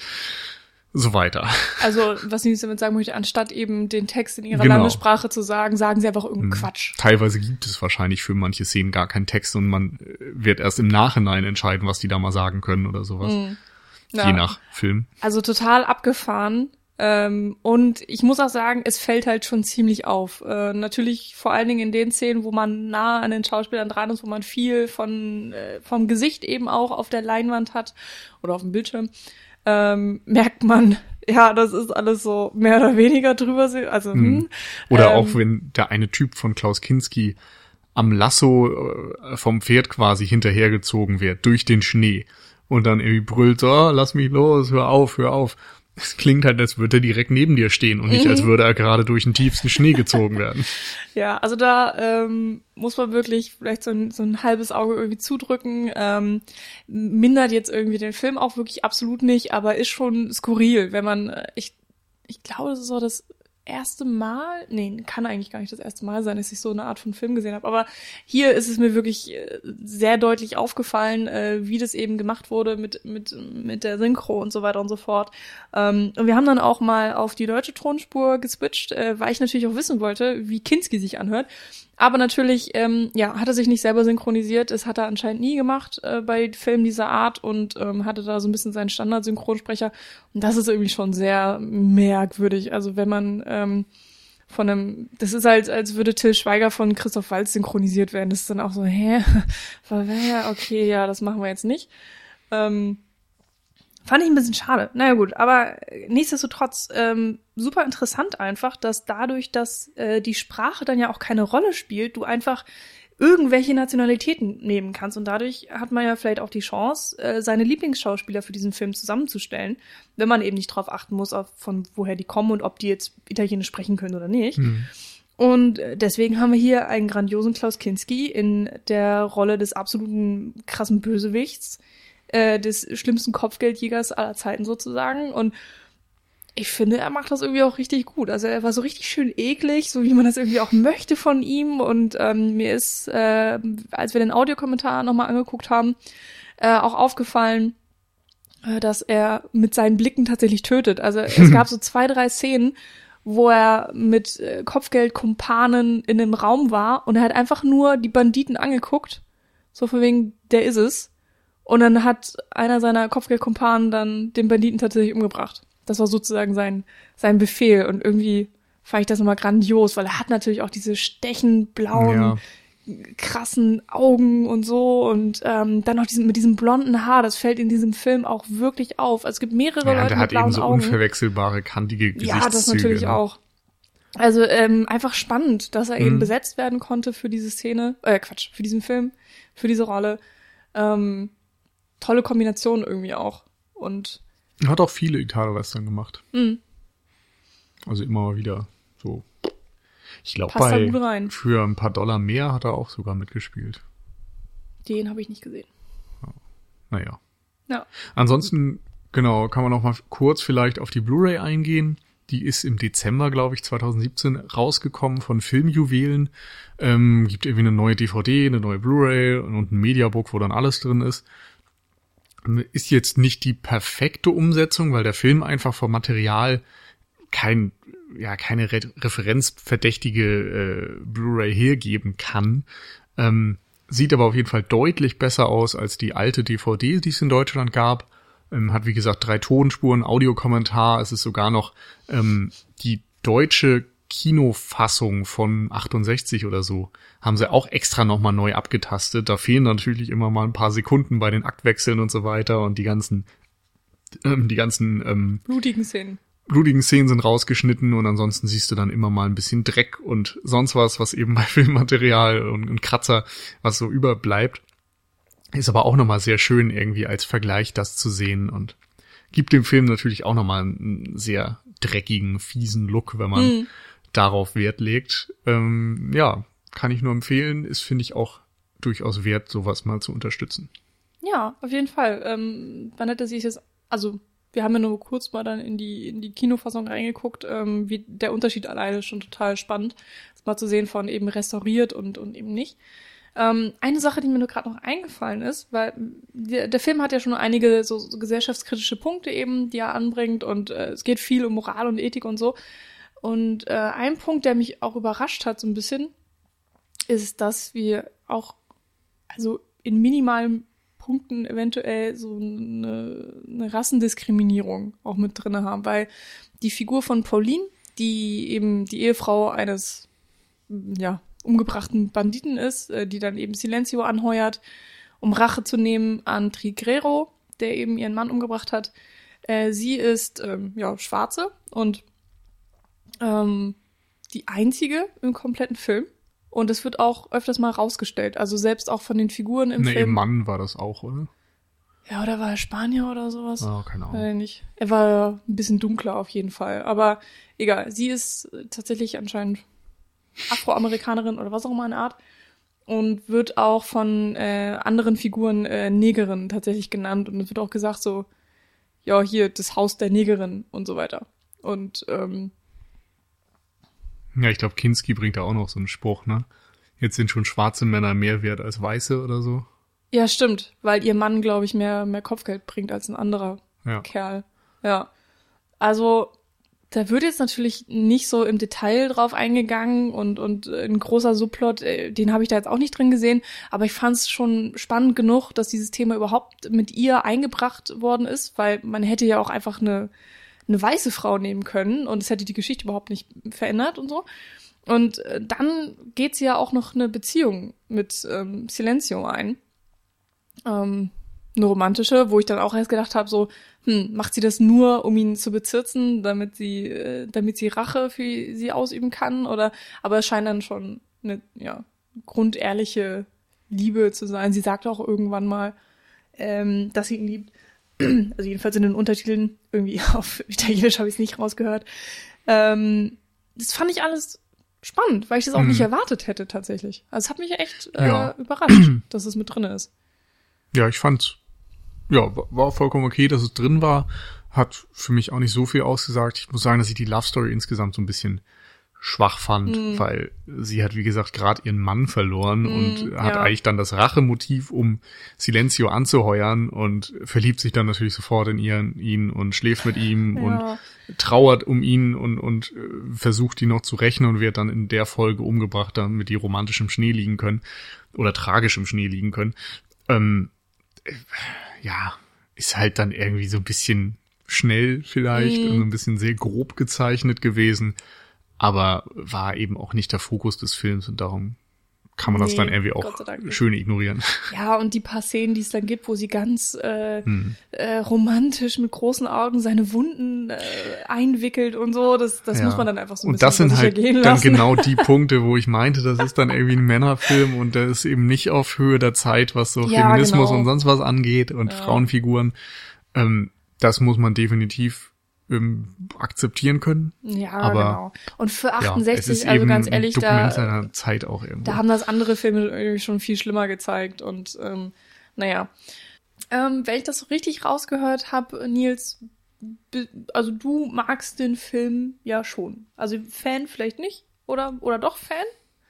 so weiter. Also, was ich damit sagen möchte, anstatt eben den Text in ihrer genau. Landessprache zu sagen, sagen sie einfach irgendeinen Quatsch. Teilweise gibt es wahrscheinlich für manche Szenen gar keinen Text und man wird erst im Nachhinein entscheiden, was die da mal sagen können oder sowas. Mhm. Ja. Je nach Film. Also total abgefahren. Ähm, und ich muss auch sagen, es fällt halt schon ziemlich auf. Äh, natürlich vor allen Dingen in den Szenen, wo man nah an den Schauspielern dran ist, wo man viel von äh, vom Gesicht eben auch auf der Leinwand hat oder auf dem Bildschirm, ähm, merkt man, ja, das ist alles so mehr oder weniger drüber. Also hm. Hm. Oder ähm, auch wenn der eine Typ von Klaus Kinski am Lasso äh, vom Pferd quasi hinterhergezogen wird durch den Schnee und dann irgendwie brüllt, oh, lass mich los, hör auf, hör auf. Es klingt halt, als würde er direkt neben dir stehen und nicht, als würde er gerade durch den tiefsten Schnee gezogen werden. Ja, also da ähm, muss man wirklich vielleicht so ein, so ein halbes Auge irgendwie zudrücken. Ähm, mindert jetzt irgendwie den Film auch wirklich absolut nicht, aber ist schon skurril, wenn man, ich ich glaube, das ist so das erste Mal, nee, kann eigentlich gar nicht das erste Mal sein, dass ich so eine Art von Film gesehen habe, aber hier ist es mir wirklich sehr deutlich aufgefallen, äh, wie das eben gemacht wurde mit mit mit der Synchro und so weiter und so fort. Ähm, und wir haben dann auch mal auf die deutsche Tonspur geswitcht, äh, weil ich natürlich auch wissen wollte, wie Kinski sich anhört. Aber natürlich, ähm, ja, hat er sich nicht selber synchronisiert. Das hat er anscheinend nie gemacht äh, bei Filmen dieser Art und ähm, hatte da so ein bisschen seinen Standard-Synchronsprecher. Und das ist irgendwie schon sehr merkwürdig. Also wenn man ähm, von einem, das ist halt, als würde Till Schweiger von Christoph Waltz synchronisiert werden. Das ist dann auch so, hä? Okay, ja, das machen wir jetzt nicht. Ähm, Fand ich ein bisschen schade. Naja gut, aber nichtsdestotrotz ähm, super interessant einfach, dass dadurch, dass äh, die Sprache dann ja auch keine Rolle spielt, du einfach irgendwelche Nationalitäten nehmen kannst. Und dadurch hat man ja vielleicht auch die Chance, äh, seine Lieblingsschauspieler für diesen Film zusammenzustellen, wenn man eben nicht drauf achten muss, auf, von woher die kommen und ob die jetzt Italienisch sprechen können oder nicht. Mhm. Und deswegen haben wir hier einen grandiosen Klaus Kinski in der Rolle des absoluten krassen Bösewichts, des schlimmsten Kopfgeldjägers aller Zeiten sozusagen. Und ich finde, er macht das irgendwie auch richtig gut. Also er war so richtig schön eklig, so wie man das irgendwie auch möchte von ihm. Und ähm, mir ist, äh, als wir den Audiokommentar nochmal angeguckt haben, äh, auch aufgefallen, äh, dass er mit seinen Blicken tatsächlich tötet. Also es gab so zwei, drei Szenen, wo er mit äh, Kopfgeldkumpanen in einem Raum war und er hat einfach nur die Banditen angeguckt. So von wegen, der ist es. Und dann hat einer seiner Kopfgeldkumpanen dann den Banditen tatsächlich umgebracht. Das war sozusagen sein sein Befehl. Und irgendwie fand ich das nochmal grandios, weil er hat natürlich auch diese stechend blauen, ja. krassen Augen und so. Und ähm, dann noch diesen, mit diesem blonden Haar, das fällt in diesem Film auch wirklich auf. Also es gibt mehrere ja, Leute der mit hat blauen eben so Augen. Unverwechselbare, kantige Gesichtszüge. Ja, das natürlich ne? auch. Also ähm, einfach spannend, dass er mhm. eben besetzt werden konnte für diese Szene. Äh, Quatsch, für diesen Film, für diese Rolle. Ähm, tolle Kombination irgendwie auch. Und er hat auch viele Italo-Western gemacht. Mhm. Also immer mal wieder so. Ich glaube, bei für ein paar Dollar mehr hat er auch sogar mitgespielt. Den habe ich nicht gesehen. Ja. Naja. Ja. Ansonsten, genau, kann man noch mal kurz vielleicht auf die Blu-ray eingehen. Die ist im Dezember, glaube ich, zwanzig siebzehn rausgekommen von Filmjuwelen. Ähm, gibt irgendwie eine neue D V D, eine neue Blu-ray und ein Mediabook, wo dann alles drin ist. Ist jetzt nicht die perfekte Umsetzung, weil der Film einfach vom Material kein, ja, keine Re- referenzverdächtige äh, Blu-ray hergeben kann. Ähm, sieht aber auf jeden Fall deutlich besser aus als die alte D V D, die es in Deutschland gab. Ähm, hat, wie gesagt, drei Tonspuren, Audiokommentar. Es ist sogar noch ähm, die deutsche Kinofassung von achtundsechzig oder so haben sie auch extra nochmal neu abgetastet. Da fehlen natürlich immer mal ein paar Sekunden bei den Aktwechseln und so weiter und die ganzen, ähm, die ganzen ähm, blutigen Szenen. blutigen Szenen sind rausgeschnitten und ansonsten siehst du dann immer mal ein bisschen Dreck und sonst was, was eben bei Filmmaterial und, und Kratzer, was so überbleibt. Ist aber auch nochmal sehr schön irgendwie als Vergleich das zu sehen und gibt dem Film natürlich auch nochmal einen sehr dreckigen, fiesen Look, wenn man mhm. darauf Wert legt. Ähm, ja, kann ich nur empfehlen. Ist, finde ich, auch durchaus wert, sowas mal zu unterstützen. Ja, auf jeden Fall. Ähm, man hätte sich jetzt, also wir haben ja nur kurz mal dann in die in die Kinofassung reingeguckt, ähm, wie der Unterschied alleine ist schon total spannend, das mal zu sehen von eben restauriert und und eben nicht. Ähm, eine Sache, die mir nur gerade noch eingefallen ist, weil der, der Film hat ja schon einige so, so gesellschaftskritische Punkte eben, die er anbringt und äh, es geht viel um Moral und Ethik und so. Und äh, ein Punkt, der mich auch überrascht hat so ein bisschen, ist, dass wir auch also in minimalen Punkten eventuell so eine, eine Rassendiskriminierung auch mit drin haben, weil die Figur von Pauline, die eben die Ehefrau eines ja umgebrachten Banditen ist, die dann eben Silencio anheuert, um Rache zu nehmen an Trigueiro, der eben ihren Mann umgebracht hat. Äh, sie ist ähm, ja Schwarze und ähm, die einzige im kompletten Film. Und es wird auch öfters mal rausgestellt. Also selbst auch von den Figuren im nee, Film. Ihr Mann war das auch, oder? Ja, oder war er Spanier oder sowas? Oh, keine Ahnung. Weiß ich nicht. Er war ein bisschen dunkler auf jeden Fall. Aber egal, sie ist tatsächlich anscheinend Afroamerikanerin oder was auch immer eine Art und wird auch von äh, anderen Figuren äh, Negerin tatsächlich genannt und es wird auch gesagt so, ja hier das Haus der Negerin und so weiter und ähm, ja, ich glaube Kinski bringt da auch noch so einen Spruch, ne? Jetzt sind schon schwarze Männer mehr wert als weiße oder so. Ja, stimmt, weil ihr Mann, glaube ich, mehr mehr Kopfgeld bringt als ein anderer ja. Kerl. Ja, also da wird jetzt natürlich nicht so im Detail drauf eingegangen und und ein großer Subplot, den habe ich da jetzt auch nicht drin gesehen, aber ich fand es schon spannend genug, dass dieses Thema überhaupt mit ihr eingebracht worden ist, weil man hätte ja auch einfach eine eine weiße Frau nehmen können und es hätte die Geschichte überhaupt nicht verändert und so. Und dann geht sie ja auch noch eine Beziehung mit ähm, Silencio ein. Ähm, eine romantische, wo ich dann auch erst gedacht habe, so, hm, macht sie das nur, um ihn zu bezirzen, damit sie, äh, damit sie Rache für sie ausüben kann, oder, aber es scheint dann schon eine, ja, grundehrliche Liebe zu sein. Sie sagt auch irgendwann mal, ähm, dass sie ihn liebt. Also jedenfalls in den Untertiteln, irgendwie auf Italienisch habe ich es nicht rausgehört. Ähm, das fand ich alles spannend, weil ich das auch mhm. nicht erwartet hätte tatsächlich. Also es hat mich echt äh, ja. überrascht, dass es mit drin ist. Ja, ich fand's, ja, war vollkommen okay, dass es drin war. Hat für mich auch nicht so viel ausgesagt. Ich muss sagen, dass ich die Love Story insgesamt so ein bisschen schwach fand, mm. weil sie hat, wie gesagt, gerade ihren Mann verloren mm, und hat ja. eigentlich dann das Rachemotiv, um Silencio anzuheuern und verliebt sich dann natürlich sofort in ihren, ihn und schläft mit ihm ja. und trauert um ihn und, und äh, versucht, ihn noch zu rächen und wird dann in der Folge umgebracht, damit die romantisch im Schnee liegen können oder tragisch im Schnee liegen können. Ähm, äh, ja, ist halt dann irgendwie so ein bisschen schnell vielleicht mm. und so ein bisschen sehr grob gezeichnet gewesen. Aber war eben auch nicht der Fokus des Films und darum kann man nee, das dann irgendwie auch schön ignorieren. Ja, und die paar Szenen, die es dann gibt, wo sie ganz äh, hm. äh, romantisch mit großen Augen seine Wunden äh, einwickelt und so, das, das ja. muss man dann einfach so ein und bisschen das sind halt ergehen dann lassen. Genau die Punkte, wo ich meinte, das ist dann irgendwie ein Männerfilm und der ist eben nicht auf Höhe der Zeit, was so ja, Feminismus genau. und sonst was angeht und ja. Frauenfiguren. Ähm, das muss man definitiv akzeptieren können. Ja, aber, genau. Und für achtundsechzig, ja, also ganz ehrlich, da, seiner Zeit auch irgendwo. da haben das andere Filme irgendwie schon viel schlimmer gezeigt und ähm, naja. Ähm, wenn ich das so richtig rausgehört habe, Nils, also du magst den Film ja schon. Also Fan vielleicht nicht? Oder, oder doch Fan?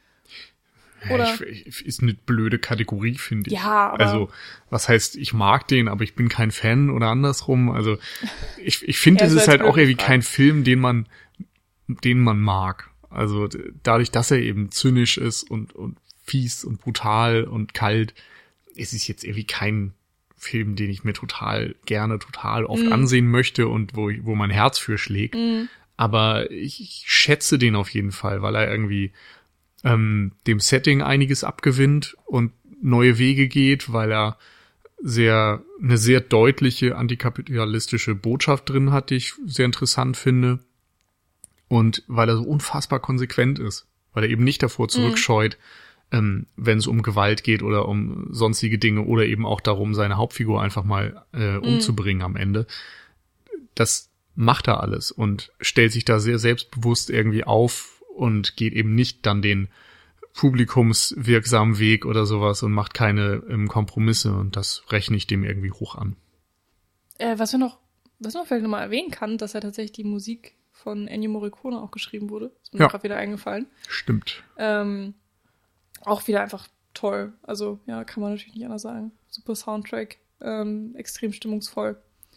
Oder? Ja, ich, ist eine blöde Kategorie, finde ich. Ja, aber also, was heißt, ich mag den, aber ich bin kein Fan oder andersrum. Also, ich, ich finde, es ist halt auch irgendwie kein Film, den man, den man mag. Also, dadurch, dass er eben zynisch ist und, und fies und brutal und kalt, ist es jetzt irgendwie kein Film, den ich mir total gerne, total oft mm. ansehen möchte und wo ich, wo mein Herz für schlägt. Mm. Aber ich, ich schätze den auf jeden Fall, weil er irgendwie ähm, dem Setting einiges abgewinnt und neue Wege geht, weil er sehr eine sehr deutliche antikapitalistische Botschaft drin hat, die ich sehr interessant finde. Und weil er so unfassbar konsequent ist, weil er eben nicht davor zurückscheut, mhm. ähm, wenn es um Gewalt geht oder um sonstige Dinge oder eben auch darum, seine Hauptfigur einfach mal äh, umzubringen mhm. am Ende. Das macht er alles und stellt sich da sehr selbstbewusst irgendwie auf und geht eben nicht dann den publikumswirksamen Weg oder sowas und macht keine ähm, Kompromisse, und das rechne ich dem irgendwie hoch an. Äh, was wir noch, was man vielleicht nochmal erwähnen kann, dass ja tatsächlich die Musik von Ennio Morricone auch geschrieben wurde. Ist mir ja. gerade wieder eingefallen. Stimmt. Ähm, auch wieder einfach toll. Also, ja, kann man natürlich nicht anders sagen. Super Soundtrack, ähm, extrem stimmungsvoll.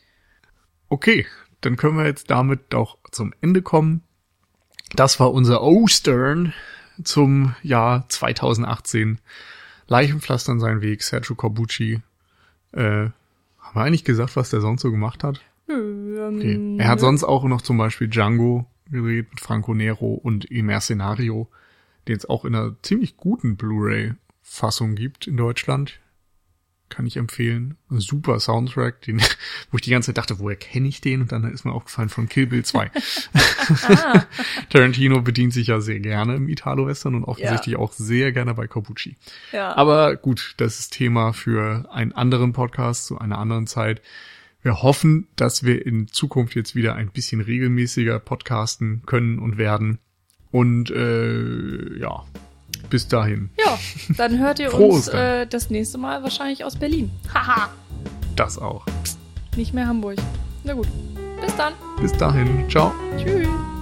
Okay, dann können wir jetzt damit auch zum Ende kommen. Das war unser Ostern zum Jahr zwanzig achtzehn. Leichenpflastern seinen Weg, Sergio Corbucci. Äh, haben wir eigentlich gesagt, was der sonst so gemacht hat? Nö, ähm, okay. Er hat sonst auch noch zum Beispiel Django gedreht mit Franco Nero und Il Mercenario, den es auch in einer ziemlich guten Blu-ray-Fassung gibt in Deutschland. Kann ich empfehlen. Ein super Soundtrack, den, wo ich die ganze Zeit dachte, woher kenne ich den? Und dann ist mir aufgefallen von Kill Bill zwei. ah. Tarantino bedient sich ja sehr gerne im Italo-Western und offensichtlich ja. auch sehr gerne bei Corbucci. Ja. Aber gut, das ist Thema für einen anderen Podcast zu einer anderen Zeit. Wir hoffen, dass wir in Zukunft jetzt wieder ein bisschen regelmäßiger podcasten können und werden. Und äh, ja, bis dahin. Ja, dann hört ihr uns äh, das nächste Mal wahrscheinlich aus Berlin. Haha. Das auch. Nicht mehr Hamburg. Na gut. Bis dann. Bis dahin. Ciao. Tschüss.